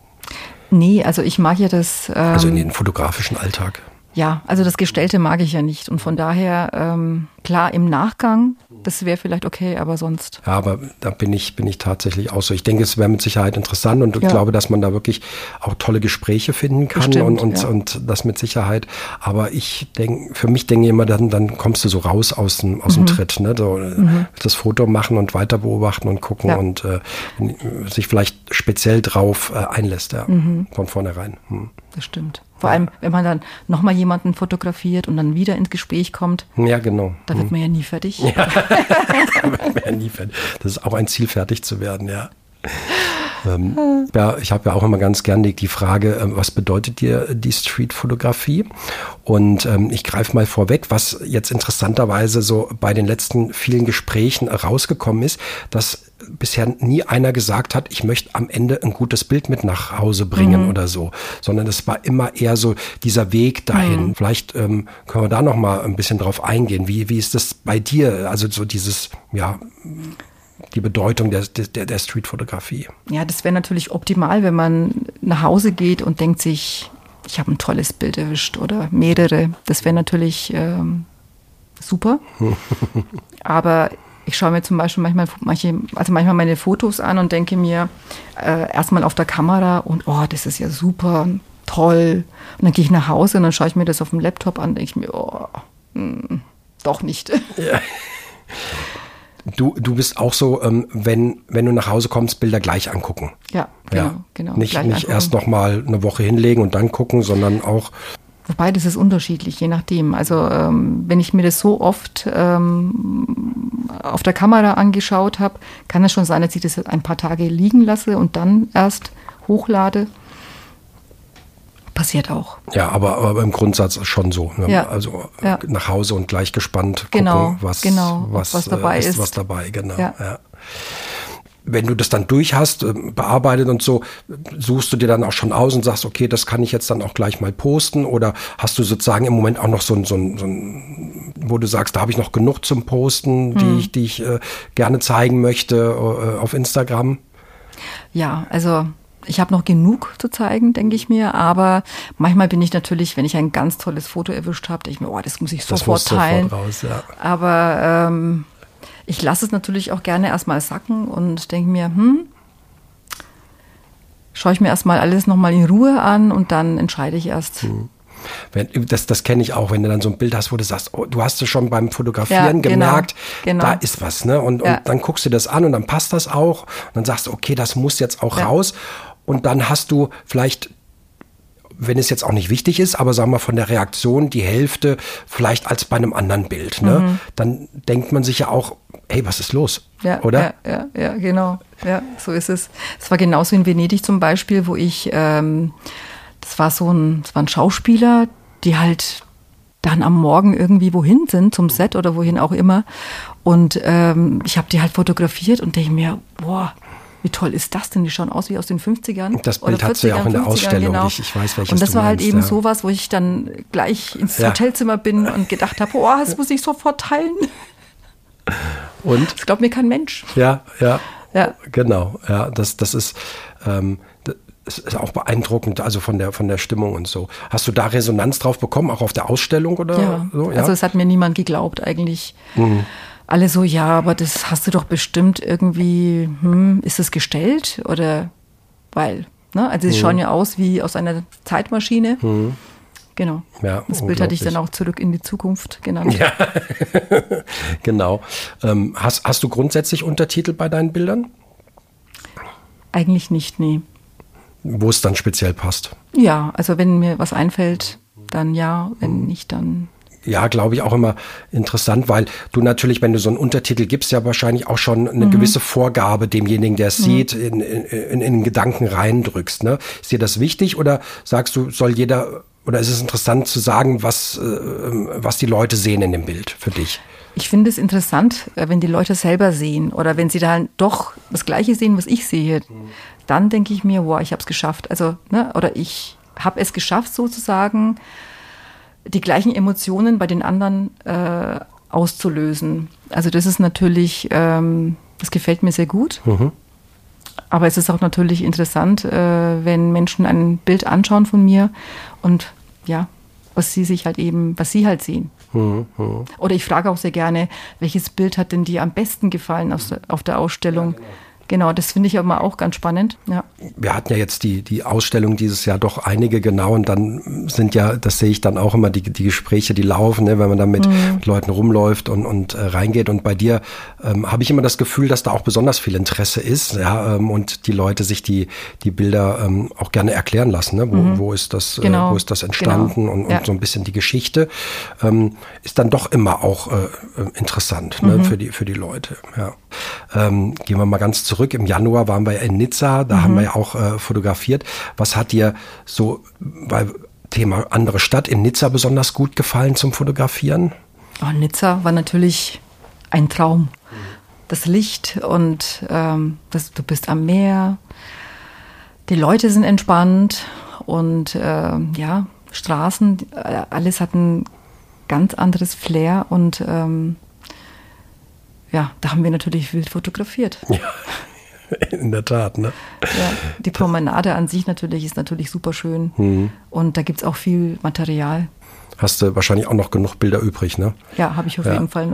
Nee, also ich mag ja das. Ähm, also in den fotografischen Alltag. Ja, also das Gestellte mag ich ja nicht. Und von daher, ähm, klar, im Nachgang, das wäre vielleicht okay, aber sonst. Ja, aber da bin ich, bin ich tatsächlich auch so. Ich denke, es wäre mit Sicherheit interessant und ich ja. glaube, dass man da wirklich auch tolle Gespräche finden kann. Bestimmt, und, und, ja. und das mit Sicherheit. Aber ich denke, für mich denke ich immer, dann, dann kommst du so raus aus dem, aus mhm. dem Tritt, ne? So, mhm. das Foto machen und weiter beobachten und gucken ja. und äh, sich vielleicht speziell drauf äh, einlässt, ja, mhm. von vornherein. Hm. Das stimmt. Vor allem, wenn man dann nochmal jemanden fotografiert und dann wieder ins Gespräch kommt. Ja, genau. Da wird man ja nie fertig. Ja, da wird man ja nie fertig. Das ist auch ein Ziel, fertig zu werden, ja. ähm, ja, ich habe ja auch immer ganz gern die, die Frage, äh, was bedeutet dir die Street-Fotografie? Und ähm, ich greife mal vorweg, was jetzt interessanterweise so bei den letzten vielen Gesprächen rausgekommen ist, dass bisher nie einer gesagt hat, ich möchte am Ende ein gutes Bild mit nach Hause bringen mhm. oder so, sondern es war immer eher so dieser Weg dahin. Mhm. Vielleicht ähm, können wir da noch mal ein bisschen drauf eingehen. Wie, wie ist das bei dir? Also so dieses, ja, die Bedeutung der, der, der Streetfotografie. Ja, das wäre natürlich optimal, wenn man nach Hause geht und denkt sich, ich habe ein tolles Bild erwischt oder mehrere. Das wäre natürlich ähm, super. Aber ich schaue mir zum Beispiel manchmal, manche, also manchmal meine Fotos an und denke mir äh, erstmal auf der Kamera und oh, das ist ja super, toll. Und dann gehe ich nach Hause und dann schaue ich mir das auf dem Laptop an und denke ich mir, oh, mh, doch nicht. Ja. Du, du bist auch so, ähm, wenn, wenn du nach Hause kommst, Bilder gleich angucken. Ja, genau. Ja. genau nicht nicht erst noch mal eine Woche hinlegen und dann gucken, sondern auch... Wobei, das ist unterschiedlich, je nachdem. Also ähm, wenn ich mir das so oft ähm, auf der Kamera angeschaut habe, kann es schon sein, dass ich das ein paar Tage liegen lasse und dann erst hochlade. Passiert auch. Ja, aber, aber im Grundsatz schon so. Ne? Ja. Also ja. nach Hause und gleich gespannt genau. gucken, was, genau. was, was dabei ist, ist. Was dabei, genau. Ja. Ja. Wenn du das dann durch hast, bearbeitet und so, suchst du dir dann auch schon aus und sagst, okay, das kann ich jetzt dann auch gleich mal posten, oder hast du sozusagen im Moment auch noch so ein, so ein, so ein wo du sagst, da habe ich noch genug zum Posten, die hm. ich, die ich äh, gerne zeigen möchte äh, auf Instagram? Ja, also ich habe noch genug zu zeigen, denke ich mir, aber manchmal bin ich natürlich, wenn ich ein ganz tolles Foto erwischt habe, denke ich mir, oh, das muss ich sofort das muss teilen. Sofort raus, ja. Aber ähm, ich lasse es natürlich auch gerne erstmal sacken und denke mir, hm, schaue ich mir erstmal alles nochmal in Ruhe an und dann entscheide ich erst. Hm. Wenn, das das kenne ich auch, wenn du dann so ein Bild hast, wo du sagst, oh, du hast es schon beim Fotografieren ja, gemerkt, genau, genau. da ist was, ne? Und, ja. und dann guckst du das an und dann passt das auch. Und dann sagst du, okay, das muss jetzt auch ja. raus. Und dann hast du vielleicht, wenn es jetzt auch nicht wichtig ist, aber sagen wir von der Reaktion die Hälfte vielleicht als bei einem anderen Bild. Ne? Mhm. Dann denkt man sich ja auch, hey, was ist los? Ja, oder? Ja, ja, ja, genau. Ja, so ist es. Es war genauso in Venedig zum Beispiel, wo ich, ähm, das war so ein, das war ein Schauspieler, die halt dann am Morgen irgendwie wohin sind, zum Set oder wohin auch immer. Und ähm, ich habe die halt fotografiert und denke mir, boah, wie toll ist das denn? Die schauen aus wie aus den fünfzigern. Das Bild hast du ja auch in der Ausstellung. Genau. Ich, ich weiß, welches Und das du war meinst, halt eben ja. sowas, wo ich dann gleich ins ja. Hotelzimmer bin und gedacht habe, oh, das muss ich sofort teilen. Und? Das glaubt mir kein Mensch. Ja, ja, ja. Genau. Ja, das, das ist, ähm, das ist auch beeindruckend, also von der, von der Stimmung und so. Hast du da Resonanz drauf bekommen, auch auf der Ausstellung oder ja. so? Ja, also es hat mir niemand geglaubt eigentlich. Mhm. Alle so, ja, aber das hast du doch bestimmt irgendwie, hm, ist es gestellt oder, weil, ne, also sie mhm. schauen ja aus wie aus einer Zeitmaschine. Mhm. Genau. Ja, das Bild hatte ich dann auch zurück in die Zukunft genannt. Ja, genau. Ähm, hast, hast du grundsätzlich Untertitel bei deinen Bildern? Eigentlich nicht, nee. Wo es dann speziell passt? Ja, also wenn mir was einfällt, dann ja, wenn nicht, dann... Ja, glaube ich, auch immer interessant, weil du natürlich, wenn du so einen Untertitel gibst, ja wahrscheinlich auch schon eine mhm. gewisse Vorgabe demjenigen, der es mhm. sieht, in, in, in, in den Gedanken reindrückst. Ne? Ist dir das wichtig oder sagst du, soll jeder, oder ist es interessant zu sagen, was, äh, was die Leute sehen in dem Bild für dich? Ich finde es interessant, wenn die Leute selber sehen oder wenn sie dann doch das Gleiche sehen, was ich sehe, mhm. dann denke ich mir, wow, ich habe es geschafft. Also, ne, oder ich habe es geschafft, sozusagen, die gleichen Emotionen bei den anderen äh, auszulösen. Also das ist natürlich, ähm, das gefällt mir sehr gut. Mhm. Aber es ist auch natürlich interessant, äh, wenn Menschen ein Bild anschauen von mir und ja, was sie sich halt eben, was sie halt sehen. Mhm. Oder ich frage auch sehr gerne, welches Bild hat denn dir am besten gefallen auf, auf der Ausstellung? Ja, genau. Genau, das finde ich aber auch ganz spannend. Ja. Wir hatten ja jetzt die, die Ausstellung dieses Jahr doch einige, genau, und dann sind ja, das sehe ich dann auch immer, die, die Gespräche, die laufen, ne, wenn man dann mit, mhm. mit Leuten rumläuft und, und äh, reingeht. Und bei dir ähm, habe ich immer das Gefühl, dass da auch besonders viel Interesse ist, ja, ähm, und die Leute sich die, die Bilder ähm, auch gerne erklären lassen, ne? wo, mhm. wo ist das, genau. äh, wo ist das entstanden genau. und, und ja. so ein bisschen die Geschichte ähm, ist dann doch immer auch äh, interessant, ne, mhm. für die, für die Leute. Ja. Ähm, gehen wir mal ganz zurück. Im Januar waren wir in Nizza, da mhm. haben wir ja auch äh, fotografiert. Was hat dir so, weil Thema andere Stadt, in Nizza besonders gut gefallen zum Fotografieren? Oh, Nizza war natürlich ein Traum. das Licht und ähm, das, du bist am Meer. Die Leute sind entspannt und äh, ja, Straßen, alles hat ein ganz anderes Flair und ähm, ja, da haben wir natürlich wild fotografiert. Ja, in der Tat, ne? Ja, die Promenade an sich natürlich ist natürlich super schön mhm. und da gibt es auch viel Material. Hast du wahrscheinlich auch noch genug Bilder übrig, ne? Ja, habe ich auf ja. jeden Fall noch.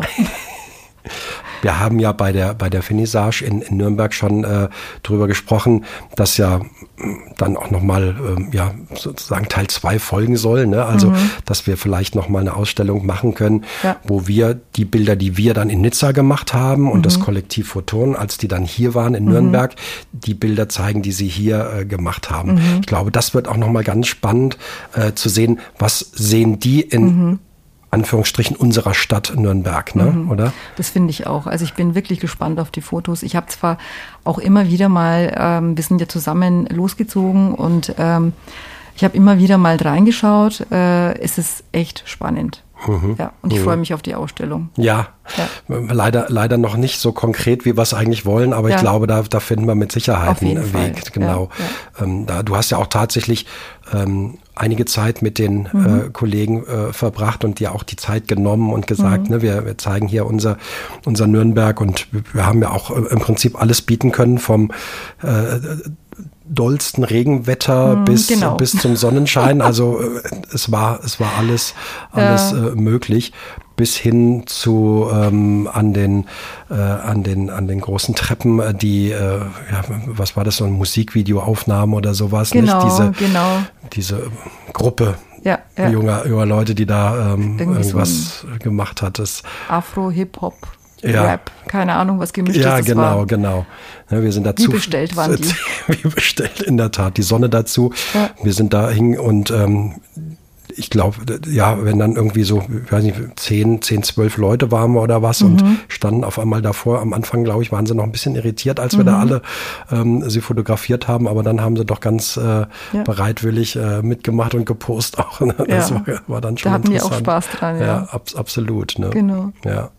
Wir haben ja bei der bei der Vernissage in, in Nürnberg schon äh, drüber gesprochen, dass ja dann auch nochmal ähm, ja, sozusagen Teil zwei folgen soll, ne? Also, mhm. dass wir vielleicht nochmal eine Ausstellung machen können, ja. wo wir die Bilder, die wir dann in Nizza gemacht haben und mhm. das Kollektiv Photon, als die dann hier waren in mhm. Nürnberg, die Bilder zeigen, die sie hier äh, gemacht haben. Mhm. Ich glaube, das wird auch nochmal ganz spannend äh, zu sehen, was sehen die in mhm. Anführungsstrichen unserer Stadt Nürnberg, ne? Mhm. Oder? Das finde ich auch. Also ich bin wirklich gespannt auf die Fotos. Ich habe zwar auch immer wieder mal, ähm, wir sind ja zusammen losgezogen und ähm, ich habe immer wieder mal reingeschaut. Äh, es ist echt spannend. Mhm. Ja, und ich mhm. freue mich auf die Ausstellung. Ja, ja, leider leider noch nicht so konkret, wie wir es eigentlich wollen, aber ja. ich glaube, da, da finden wir mit Sicherheit auf jeden einen Fall. Weg. Genau. Ja, ja. Ähm, da, du hast ja auch tatsächlich ähm, einige Zeit mit den mhm. äh, Kollegen äh, verbracht und dir auch die Zeit genommen und gesagt, mhm. ne, wir, wir zeigen hier unser unser Nürnberg und wir haben ja auch äh, im Prinzip alles bieten können vom äh, dollsten Regenwetter mm, bis genau. bis zum Sonnenschein. Also äh, es war es war alles alles ja. äh, möglich, bis hin zu ähm, an den äh, an den an den großen Treppen, äh, die äh, ja, was war das, so ein Musikvideoaufnahme oder sowas, genau, nicht diese genau. diese Gruppe ja, ja. junger junger Leute, die da ähm, irgendwas so gemacht hat. Das Afro Hip Hop. Ja. Rap, keine Ahnung, was gemischt ja, ist. Ja, genau, war. genau. Ja, wir sind dazu. Wie bestellt waren die? Wie bestellt, in der Tat. Die Sonne dazu. Ja. Wir sind da hin und ähm, ich glaube, ja, wenn dann irgendwie so, ich weiß nicht, zehn, zehn, zwölf Leute waren wir oder was mhm. und standen auf einmal davor. Am Anfang, glaube ich, waren sie noch ein bisschen irritiert, als wir mhm. da alle ähm, sie fotografiert haben, aber dann haben sie doch ganz äh, ja. bereitwillig äh, mitgemacht und gepostet auch. Ne? Das ja. war, war dann schon da hatten interessant. wir auch Spaß dran, ja. Ja, ab, absolut. Ne? Genau. Ja.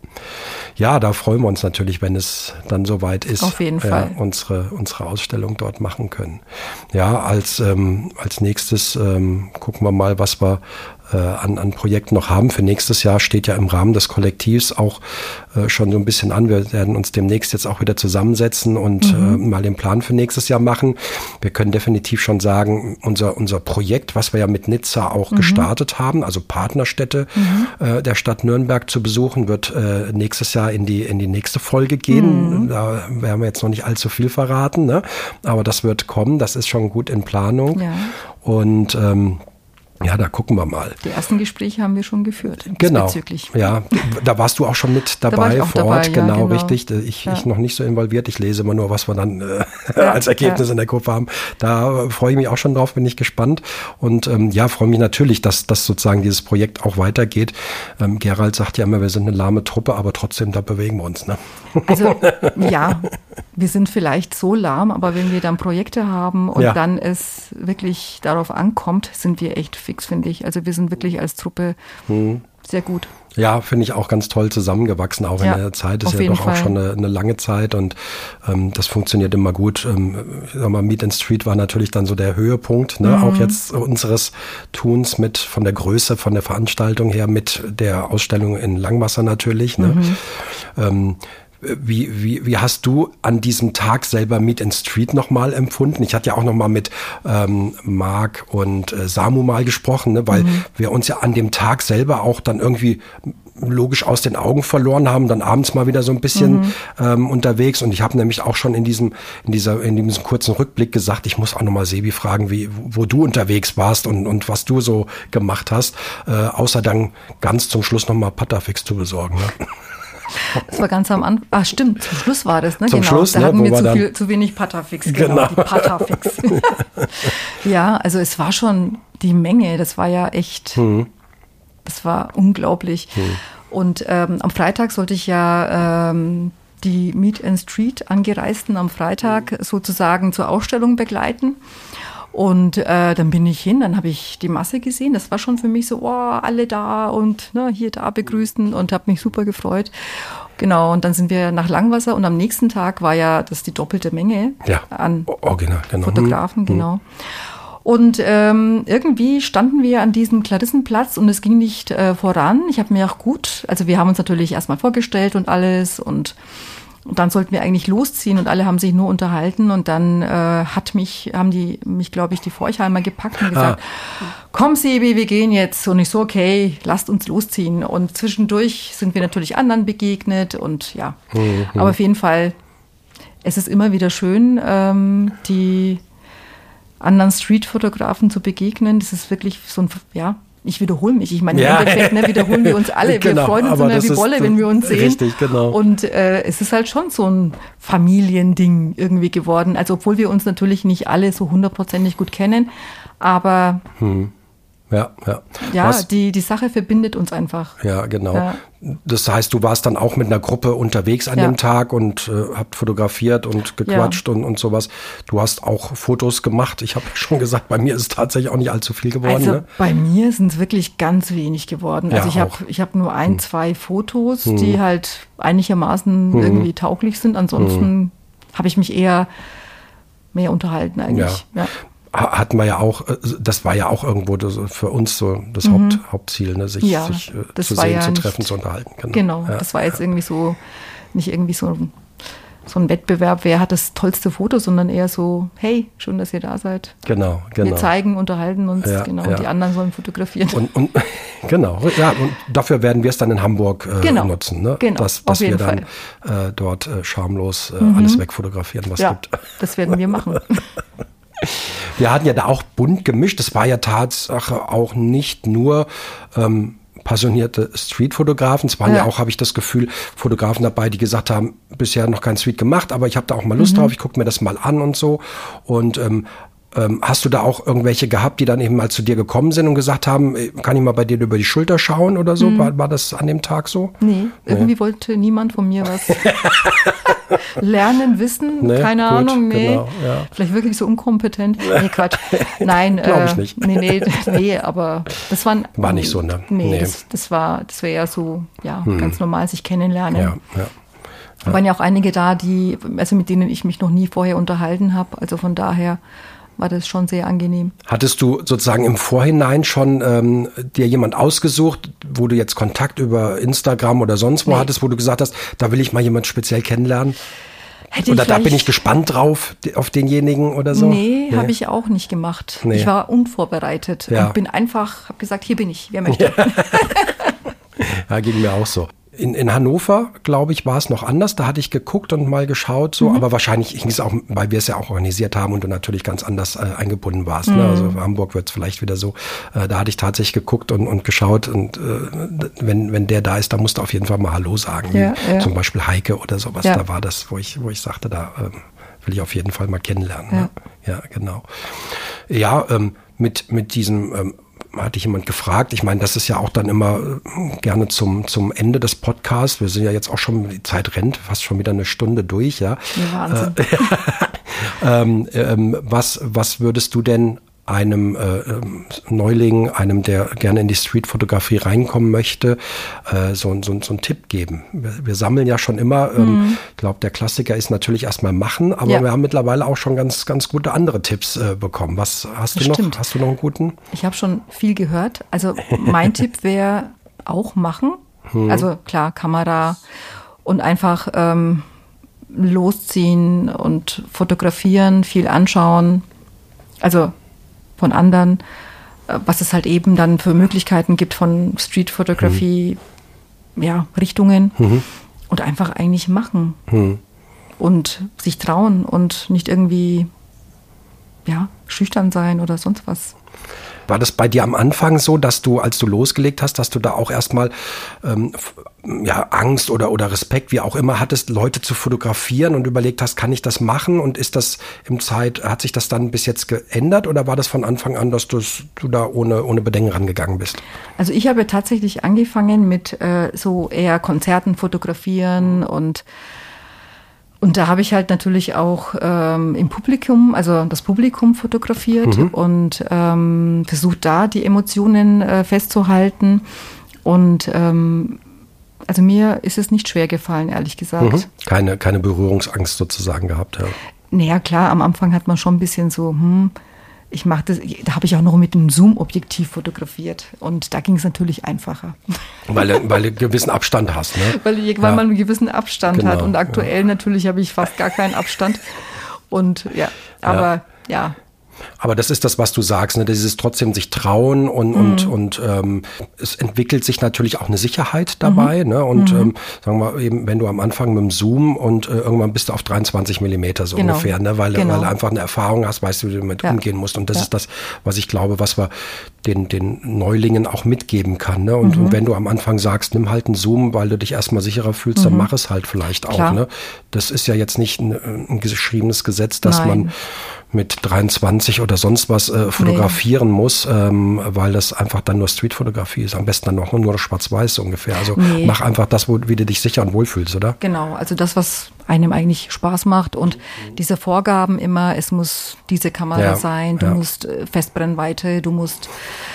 Ja, da freuen wir uns natürlich, wenn es dann soweit ist, auf jeden ja, Fall. unsere unsere Ausstellung dort machen können. Ja, als ähm, als nächstes ähm, gucken wir mal, was wir äh, an an Projekten noch haben. Für nächstes Jahr steht ja im Rahmen des Kollektivs auch äh, schon so ein bisschen an. Wir werden uns demnächst jetzt auch wieder zusammensetzen und mhm. äh, mal den Plan für nächstes Jahr machen. Wir können definitiv schon sagen, unser unser Projekt, was wir ja mit Nizza auch mhm. gestartet haben, also Partnerstädte mhm. äh, der Stadt Nürnberg zu besuchen, wird äh, nächstes Jahr in die in die nächste Folge gehen. Mhm. Da werden wir jetzt noch nicht allzu viel verraten, ne? Aber das wird kommen. Das ist schon gut in Planung. Ja. Und ähm, ja, da gucken wir mal. Die ersten Gespräche haben wir schon geführt. Genau. Ja, da warst du auch schon mit dabei da vor dabei, Ort. ja, genau, genau, richtig. Ich, ja. ich noch nicht so involviert. Ich lese immer nur, was wir dann äh, ja, als Ergebnis ja. in der Gruppe haben. Da äh, freue ich mich auch schon drauf, bin ich gespannt. Und ähm, ja, freue mich natürlich, dass, dass sozusagen dieses Projekt auch weitergeht. Ähm, Gerald sagt ja immer, wir sind eine lahme Truppe, aber trotzdem, da bewegen wir uns. Ne? Also ja, wir sind vielleicht so lahm, aber wenn wir dann Projekte haben und ja. dann es wirklich darauf ankommt, sind wir echt fix, finde ich. Also wir sind wirklich als Truppe hm. sehr gut. Ja, finde ich auch ganz toll zusammengewachsen, auch ja, in der Zeit. Das ist ja doch Fall. auch schon eine, eine lange Zeit und ähm, das funktioniert immer gut. Ähm, ich sag mal, Meet and Street war natürlich dann so der Höhepunkt, ne? Mhm. Auch jetzt unseres Tuns mit von der Größe, von der Veranstaltung her, mit der Ausstellung in Langwasser natürlich. Ne? Mhm. Ähm, Wie, wie, wie hast du an diesem Tag selber Meet and Street nochmal empfunden? Ich hatte ja auch nochmal mit ähm, Marc und äh, Samu mal gesprochen, ne? Weil mhm. wir uns ja an dem Tag selber auch dann irgendwie logisch aus den Augen verloren haben, dann abends mal wieder so ein bisschen mhm. ähm, unterwegs. Und ich habe nämlich auch schon in diesem in dieser in diesem kurzen Rückblick gesagt, ich muss auch nochmal Sebi fragen, wie wo du unterwegs warst und und was du so gemacht hast, äh, außer dann ganz zum Schluss nochmal Patafix zu besorgen. Ne? Das war ganz am Anfang. Ah, stimmt, zum Schluss war das, ne? Zum genau. Schluss, da ne, hatten wir wir zu, viel, zu wenig Patafix. Genau, genau. Die Patafix. Ja, also es war schon die Menge. Das war ja echt, hm. das war unglaublich. Hm. Und ähm, am Freitag sollte ich ja ähm, die Meet and Street Angereisten am Freitag hm. sozusagen zur Ausstellung begleiten. Und äh, dann bin ich hin, dann habe ich die Masse gesehen. Das war schon für mich so, oh, alle da und ne, hier da begrüßen und habe mich super gefreut. Genau, und dann sind wir nach Langwasser und am nächsten Tag war ja das die doppelte Menge ja. an Original, genau. Fotografen, hm. genau. Und ähm, irgendwie standen wir an diesem Klarissenplatz und es ging nicht äh, voran. Ich habe mir auch gut, also wir haben uns natürlich erstmal vorgestellt und alles und, und dann sollten wir eigentlich losziehen und alle haben sich nur unterhalten und dann äh, hat mich, haben die mich, glaube ich, die Forchheimer gepackt und gesagt, ah. komm Sebi, wir gehen jetzt. Und ich so, okay, lasst uns losziehen. Und zwischendurch sind wir natürlich anderen begegnet und ja, mhm. aber auf jeden Fall, es ist immer wieder schön, ähm, die anderen Streetfotografen zu begegnen. Das ist wirklich so ein, ja, ich wiederhole mich. Ich meine, im ja. Endeffekt ne, wiederholen wir uns alle. Genau, wir freuen uns immer wie Bolle, wenn wir uns sehen. Richtig, genau. Und äh, es ist halt schon so ein Familiending irgendwie geworden. Also obwohl wir uns natürlich nicht alle so hundertprozentig gut kennen, aber hm. Ja, ja. Ja, Was, die, die Sache verbindet uns einfach. Ja, genau. Ja. Das heißt, du warst dann auch mit einer Gruppe unterwegs an ja. dem Tag und äh, habt fotografiert und gequatscht ja. und, und sowas. Du hast auch Fotos gemacht. Ich habe schon gesagt, bei mir ist es tatsächlich auch nicht allzu viel geworden. Also ne? bei mir sind es wirklich ganz wenig geworden. Ja, also ich habe ich hab nur ein, hm. zwei Fotos, hm. die halt einigermaßen hm. irgendwie tauglich sind. Ansonsten hm. habe ich mich eher mehr unterhalten eigentlich. Ja. Ja. Hatten wir ja auch, das war ja auch irgendwo das, für uns so das mhm. Haupt, Hauptziel, ne? sich, ja, sich äh, zu sehen, ja zu treffen, nicht, zu unterhalten. Genau, genau ja. das war jetzt irgendwie so, nicht irgendwie so, so ein Wettbewerb, wer hat das tollste Foto, sondern eher so, hey, schön, dass ihr da seid. Genau, genau. Wir zeigen, unterhalten uns, ja, genau, ja. die anderen sollen fotografieren. Und, und genau, ja, und dafür werden wir es dann in Hamburg äh, genau. nutzen, ne? Genau, dass, dass auf jeden wir dann Fall. Äh, dort äh, schamlos äh, mhm. alles wegfotografieren, was ja, gibt. Das werden wir machen. Wir hatten ja da auch bunt gemischt. Das war ja Tatsache auch nicht nur ähm, passionierte Streetfotografen. Es waren ja, ja auch, habe ich das Gefühl, Fotografen dabei, die gesagt haben, bisher noch kein Street gemacht, aber ich habe da auch mal Lust mhm. drauf, ich gucke mir das mal an und so. Und ähm, ähm, hast du da auch irgendwelche gehabt, die dann eben mal zu dir gekommen sind und gesagt haben, kann ich mal bei dir über die Schulter schauen oder so? Mhm. War, war das an dem Tag so? Nee, irgendwie nee. wollte niemand von mir was lernen, wissen, nee, keine gut, Ahnung, nee. Genau, ja. Vielleicht wirklich so unkompetent. Nee, Quatsch. Nein, glaube ich äh, nicht. Nee, nee, nee, aber das war, war nicht so, ne? Nee, nee. Das, das war, das wäre ja so, ja, hm. ganz normal sich kennenlernen. Ja, ja. Ja. Waren ja auch einige da, die, also mit denen ich mich noch nie vorher unterhalten habe. Also von daher war das schon sehr angenehm. Hattest du sozusagen im Vorhinein schon ähm, dir jemand ausgesucht, wo du jetzt Kontakt über Instagram oder sonst wo nee. hattest, wo du gesagt hast, da will ich mal jemand speziell kennenlernen? Hätte oder da bin ich gespannt drauf, auf denjenigen oder so? Nee, nee. habe ich auch nicht gemacht. Nee. Ich war unvorbereitet ja. und bin einfach, habe gesagt, hier bin ich, wer möchte. Ja, ja ging mir auch so. In, in Hannover, glaube ich, war es noch anders. Da hatte ich geguckt und mal geschaut, so, mhm. aber wahrscheinlich ging es auch, weil wir es ja auch organisiert haben und du natürlich ganz anders äh, eingebunden warst. Mhm. Ne? Also in Hamburg wird es vielleicht wieder so. Äh, da hatte ich tatsächlich geguckt und, und geschaut und äh, wenn, wenn der da ist, da musst du auf jeden Fall mal Hallo sagen. Ja, ja. Zum Beispiel Heike oder sowas. Ja. Da war das, wo ich, wo ich sagte, da ähm, will ich auf jeden Fall mal kennenlernen. Ja, ne? Ja genau. Ja, ähm, mit, mit diesem ähm, hatte ich jemand gefragt. Ich meine, das ist ja auch dann immer äh, gerne zum zum Ende des Podcasts. Wir sind ja jetzt auch schon, die Zeit rennt, fast schon wieder eine Stunde durch, ja. Ja, Wahnsinn. Äh, ähm, ähm, was was würdest du denn einem äh, Neuling, einem, der gerne in die Streetfotografie reinkommen möchte, äh, so, so, so einen Tipp geben? Wir, wir sammeln ja schon immer, ähm, mhm. ich glaube, der Klassiker ist natürlich erstmal machen, aber ja. wir haben mittlerweile auch schon ganz, ganz gute andere Tipps äh, bekommen. Was hast das du stimmt. noch? Hast du noch einen guten? Ich habe schon viel gehört. Also mein Tipp wäre auch machen. Mhm. Also klar, Kamera und einfach ähm, losziehen und fotografieren, viel anschauen. Also von anderen, was es halt eben dann für Möglichkeiten gibt von Street-Fotografie, mhm. ja, Richtungen mhm. und einfach eigentlich machen mhm. und sich trauen und nicht irgendwie, ja, schüchtern sein oder sonst was. War das bei dir am Anfang so, dass du, als du losgelegt hast, dass du da auch erstmal ähm, ja, Angst oder, oder Respekt, wie auch immer, hattest, Leute zu fotografieren und überlegt hast, kann ich das machen? Und ist das im Zeit, hat sich das dann bis jetzt geändert oder war das von Anfang an, dass du da ohne, ohne Bedenken rangegangen bist? Also ich habe tatsächlich angefangen mit äh, so eher Konzerten fotografieren und Und da habe ich halt natürlich auch ähm, im Publikum, also das Publikum fotografiert mhm. und ähm, versucht da die Emotionen äh, festzuhalten. Und ähm, also mir ist es nicht schwer gefallen, ehrlich gesagt. Mhm. Keine, keine Berührungsangst sozusagen gehabt, ja. Naja, klar, am Anfang hat man schon ein bisschen so, hm, ich mache das, da habe ich auch noch mit einem Zoom-Objektiv fotografiert und da ging es natürlich einfacher. Weil du, weil du einen gewissen Abstand hast, ne? Weil, weil ja. man einen gewissen Abstand genau, hat und aktuell ja. natürlich habe ich fast gar keinen Abstand und ja, aber ja. ja. Aber das ist das, was du sagst, ne? Dieses trotzdem sich trauen und, mhm. und, und ähm, es entwickelt sich natürlich auch eine Sicherheit dabei. Mhm. Ne? Und mhm. ähm, sagen wir eben, wenn du am Anfang mit dem Zoom und äh, irgendwann bist du auf dreiundzwanzig Millimeter so genau. ungefähr, ne? weil, genau. weil du einfach eine Erfahrung hast, weißt du, wie du damit ja. umgehen musst. Und das ja. ist das, was ich glaube, was wir den, den Neulingen auch mitgeben kann. Ne? Und, mhm. und wenn du am Anfang sagst, nimm halt einen Zoom, weil du dich erstmal sicherer fühlst, mhm. dann mach es halt vielleicht auch. Klar. Ne? Das ist ja jetzt nicht ein, ein geschriebenes Gesetz, dass Nein. man mit dreiundzwanzig oder sonst was äh, fotografieren nee. muss, ähm, weil das einfach dann nur Streetfotografie ist. Am besten dann noch nur schwarz-weiß so ungefähr. Also nee. mach einfach das, wo wie du dich sicher und wohlfühlst, oder? Genau, also das, was einem eigentlich Spaß macht und diese Vorgaben immer, es muss diese Kamera ja. sein, du ja. musst äh, Festbrennweite, du musst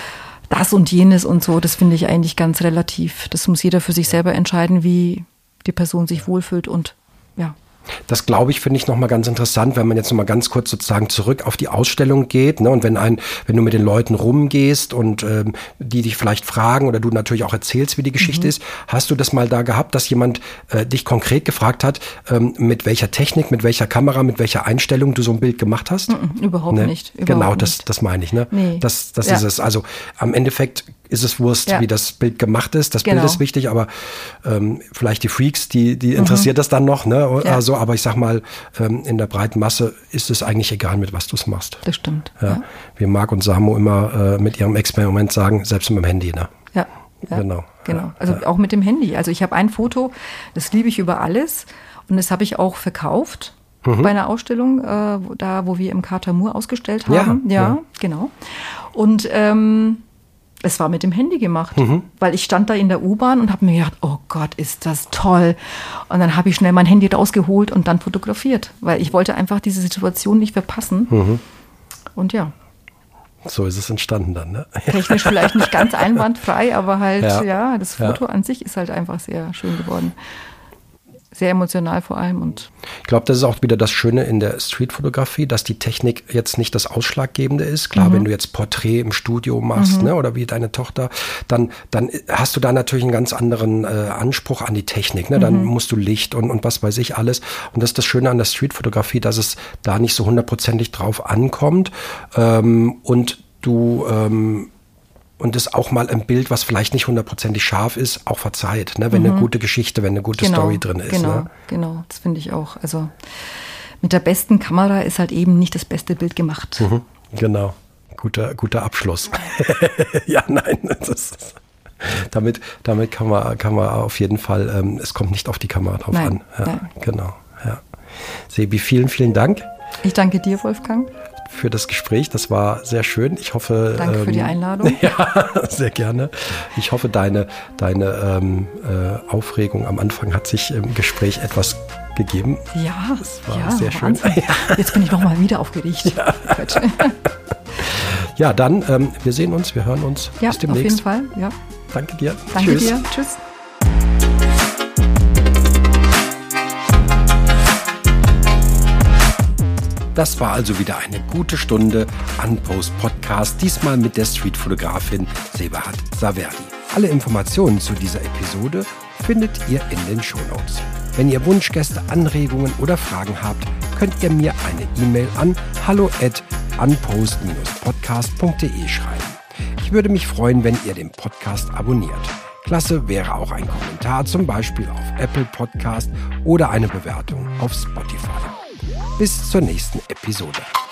das und jenes und so, das finde ich eigentlich ganz relativ. Das muss jeder für sich selber entscheiden, wie die Person sich wohlfühlt und ja. Das glaube ich, finde ich nochmal ganz interessant, wenn man jetzt nochmal ganz kurz sozusagen zurück auf die Ausstellung geht, ne? Und wenn ein, wenn du mit den Leuten rumgehst und ähm, die dich vielleicht fragen oder du natürlich auch erzählst, wie die Geschichte mhm. ist, hast du das mal da gehabt, dass jemand äh, dich konkret gefragt hat, ähm, mit welcher Technik, mit welcher Kamera, mit welcher Einstellung du so ein Bild gemacht hast? Mhm, überhaupt ne? nicht. Überhaupt genau, das, nicht. das meine ich, ne? Nee. Das, das ja. ist es. Also am Endeffekt ist es Wurst, ja. wie das Bild gemacht ist. Das genau. Bild ist wichtig, aber ähm, vielleicht die Freaks, die, die interessiert mhm. das dann noch, ne? Ja. Also, aber ich sag mal, ähm, in der breiten Masse ist es eigentlich egal, mit was du es machst. Das stimmt. Ja. Ja. Wie Marc und Samo immer äh, mit ihrem Experiment sagen, selbst mit dem Handy, ne? Ja. ja. Genau. Genau. Also ja. auch mit dem Handy. Also ich habe ein Foto, das liebe ich über alles und das habe ich auch verkauft. Mhm. Bei einer Ausstellung, äh, da wo wir im Carter Moor ausgestellt haben. Ja, ja, ja. genau. Und ähm, es war mit dem Handy gemacht, mhm. weil ich stand da in der U-Bahn und habe mir gedacht, oh Gott, ist das toll. Und dann habe ich schnell mein Handy rausgeholt und dann fotografiert, weil ich wollte einfach diese Situation nicht verpassen. Mhm. Und ja. So ist es entstanden dann, ne? Technisch vielleicht nicht ganz einwandfrei, aber halt, ja, ja das Foto ja. an sich ist halt einfach sehr schön geworden. Sehr emotional vor allem. Und ich glaube, das ist auch wieder das Schöne in der Streetfotografie, dass die Technik jetzt nicht das Ausschlaggebende ist. Klar, mhm. wenn du jetzt Porträt im Studio machst, mhm. ne, oder wie deine Tochter, dann, dann hast du da natürlich einen ganz anderen äh, Anspruch an die Technik. Ne? Dann mhm. musst du Licht und, und was weiß ich alles. Und das ist das Schöne an der Streetfotografie, dass es da nicht so hundertprozentig drauf ankommt. Ähm, und du ähm, und es auch mal ein Bild, was vielleicht nicht hundertprozentig scharf ist, auch verzeiht, ne? Wenn mhm. eine gute Geschichte, wenn eine gute genau, Story drin ist. Genau, ne? genau, das finde ich auch. Also mit der besten Kamera ist halt eben nicht das beste Bild gemacht. Mhm. Genau, guter, guter Abschluss. ja, nein, das ist, damit, damit kann man, kann man auf jeden Fall, ähm, es kommt nicht auf die Kamera drauf nein, an. Ja, nein. Genau, ja. Sebi, vielen, vielen Dank. Ich danke dir, Wolfgang. Für das Gespräch, das war sehr schön. Ich hoffe. Danke ähm, für die Einladung. Ja, sehr gerne. Ich hoffe, deine, deine ähm, äh, Aufregung am Anfang hat sich im Gespräch etwas gegeben. Ja, das war ja, sehr schön. Ja. Jetzt bin ich nochmal wieder aufgeregt. Ja, ja dann, ähm, wir sehen uns, wir hören uns. Ja, bis demnächst. auf jeden Fall. Ja. Danke dir. Danke Tschüss. dir. Tschüss. Das war also wieder eine gute Stunde Unpost-Podcast, diesmal mit der Streetfotografin Sebahat Saverdi. Alle Informationen zu dieser Episode findet ihr in den Shownotes. Wenn ihr Wunschgäste, Anregungen oder Fragen habt, könnt ihr mir eine E-Mail an hallo at unpost dash podcast punkt de schreiben. Ich würde mich freuen, wenn ihr den Podcast abonniert. Klasse wäre auch ein Kommentar, zum Beispiel auf Apple Podcast oder eine Bewertung auf Spotify. Bis zur nächsten Episode.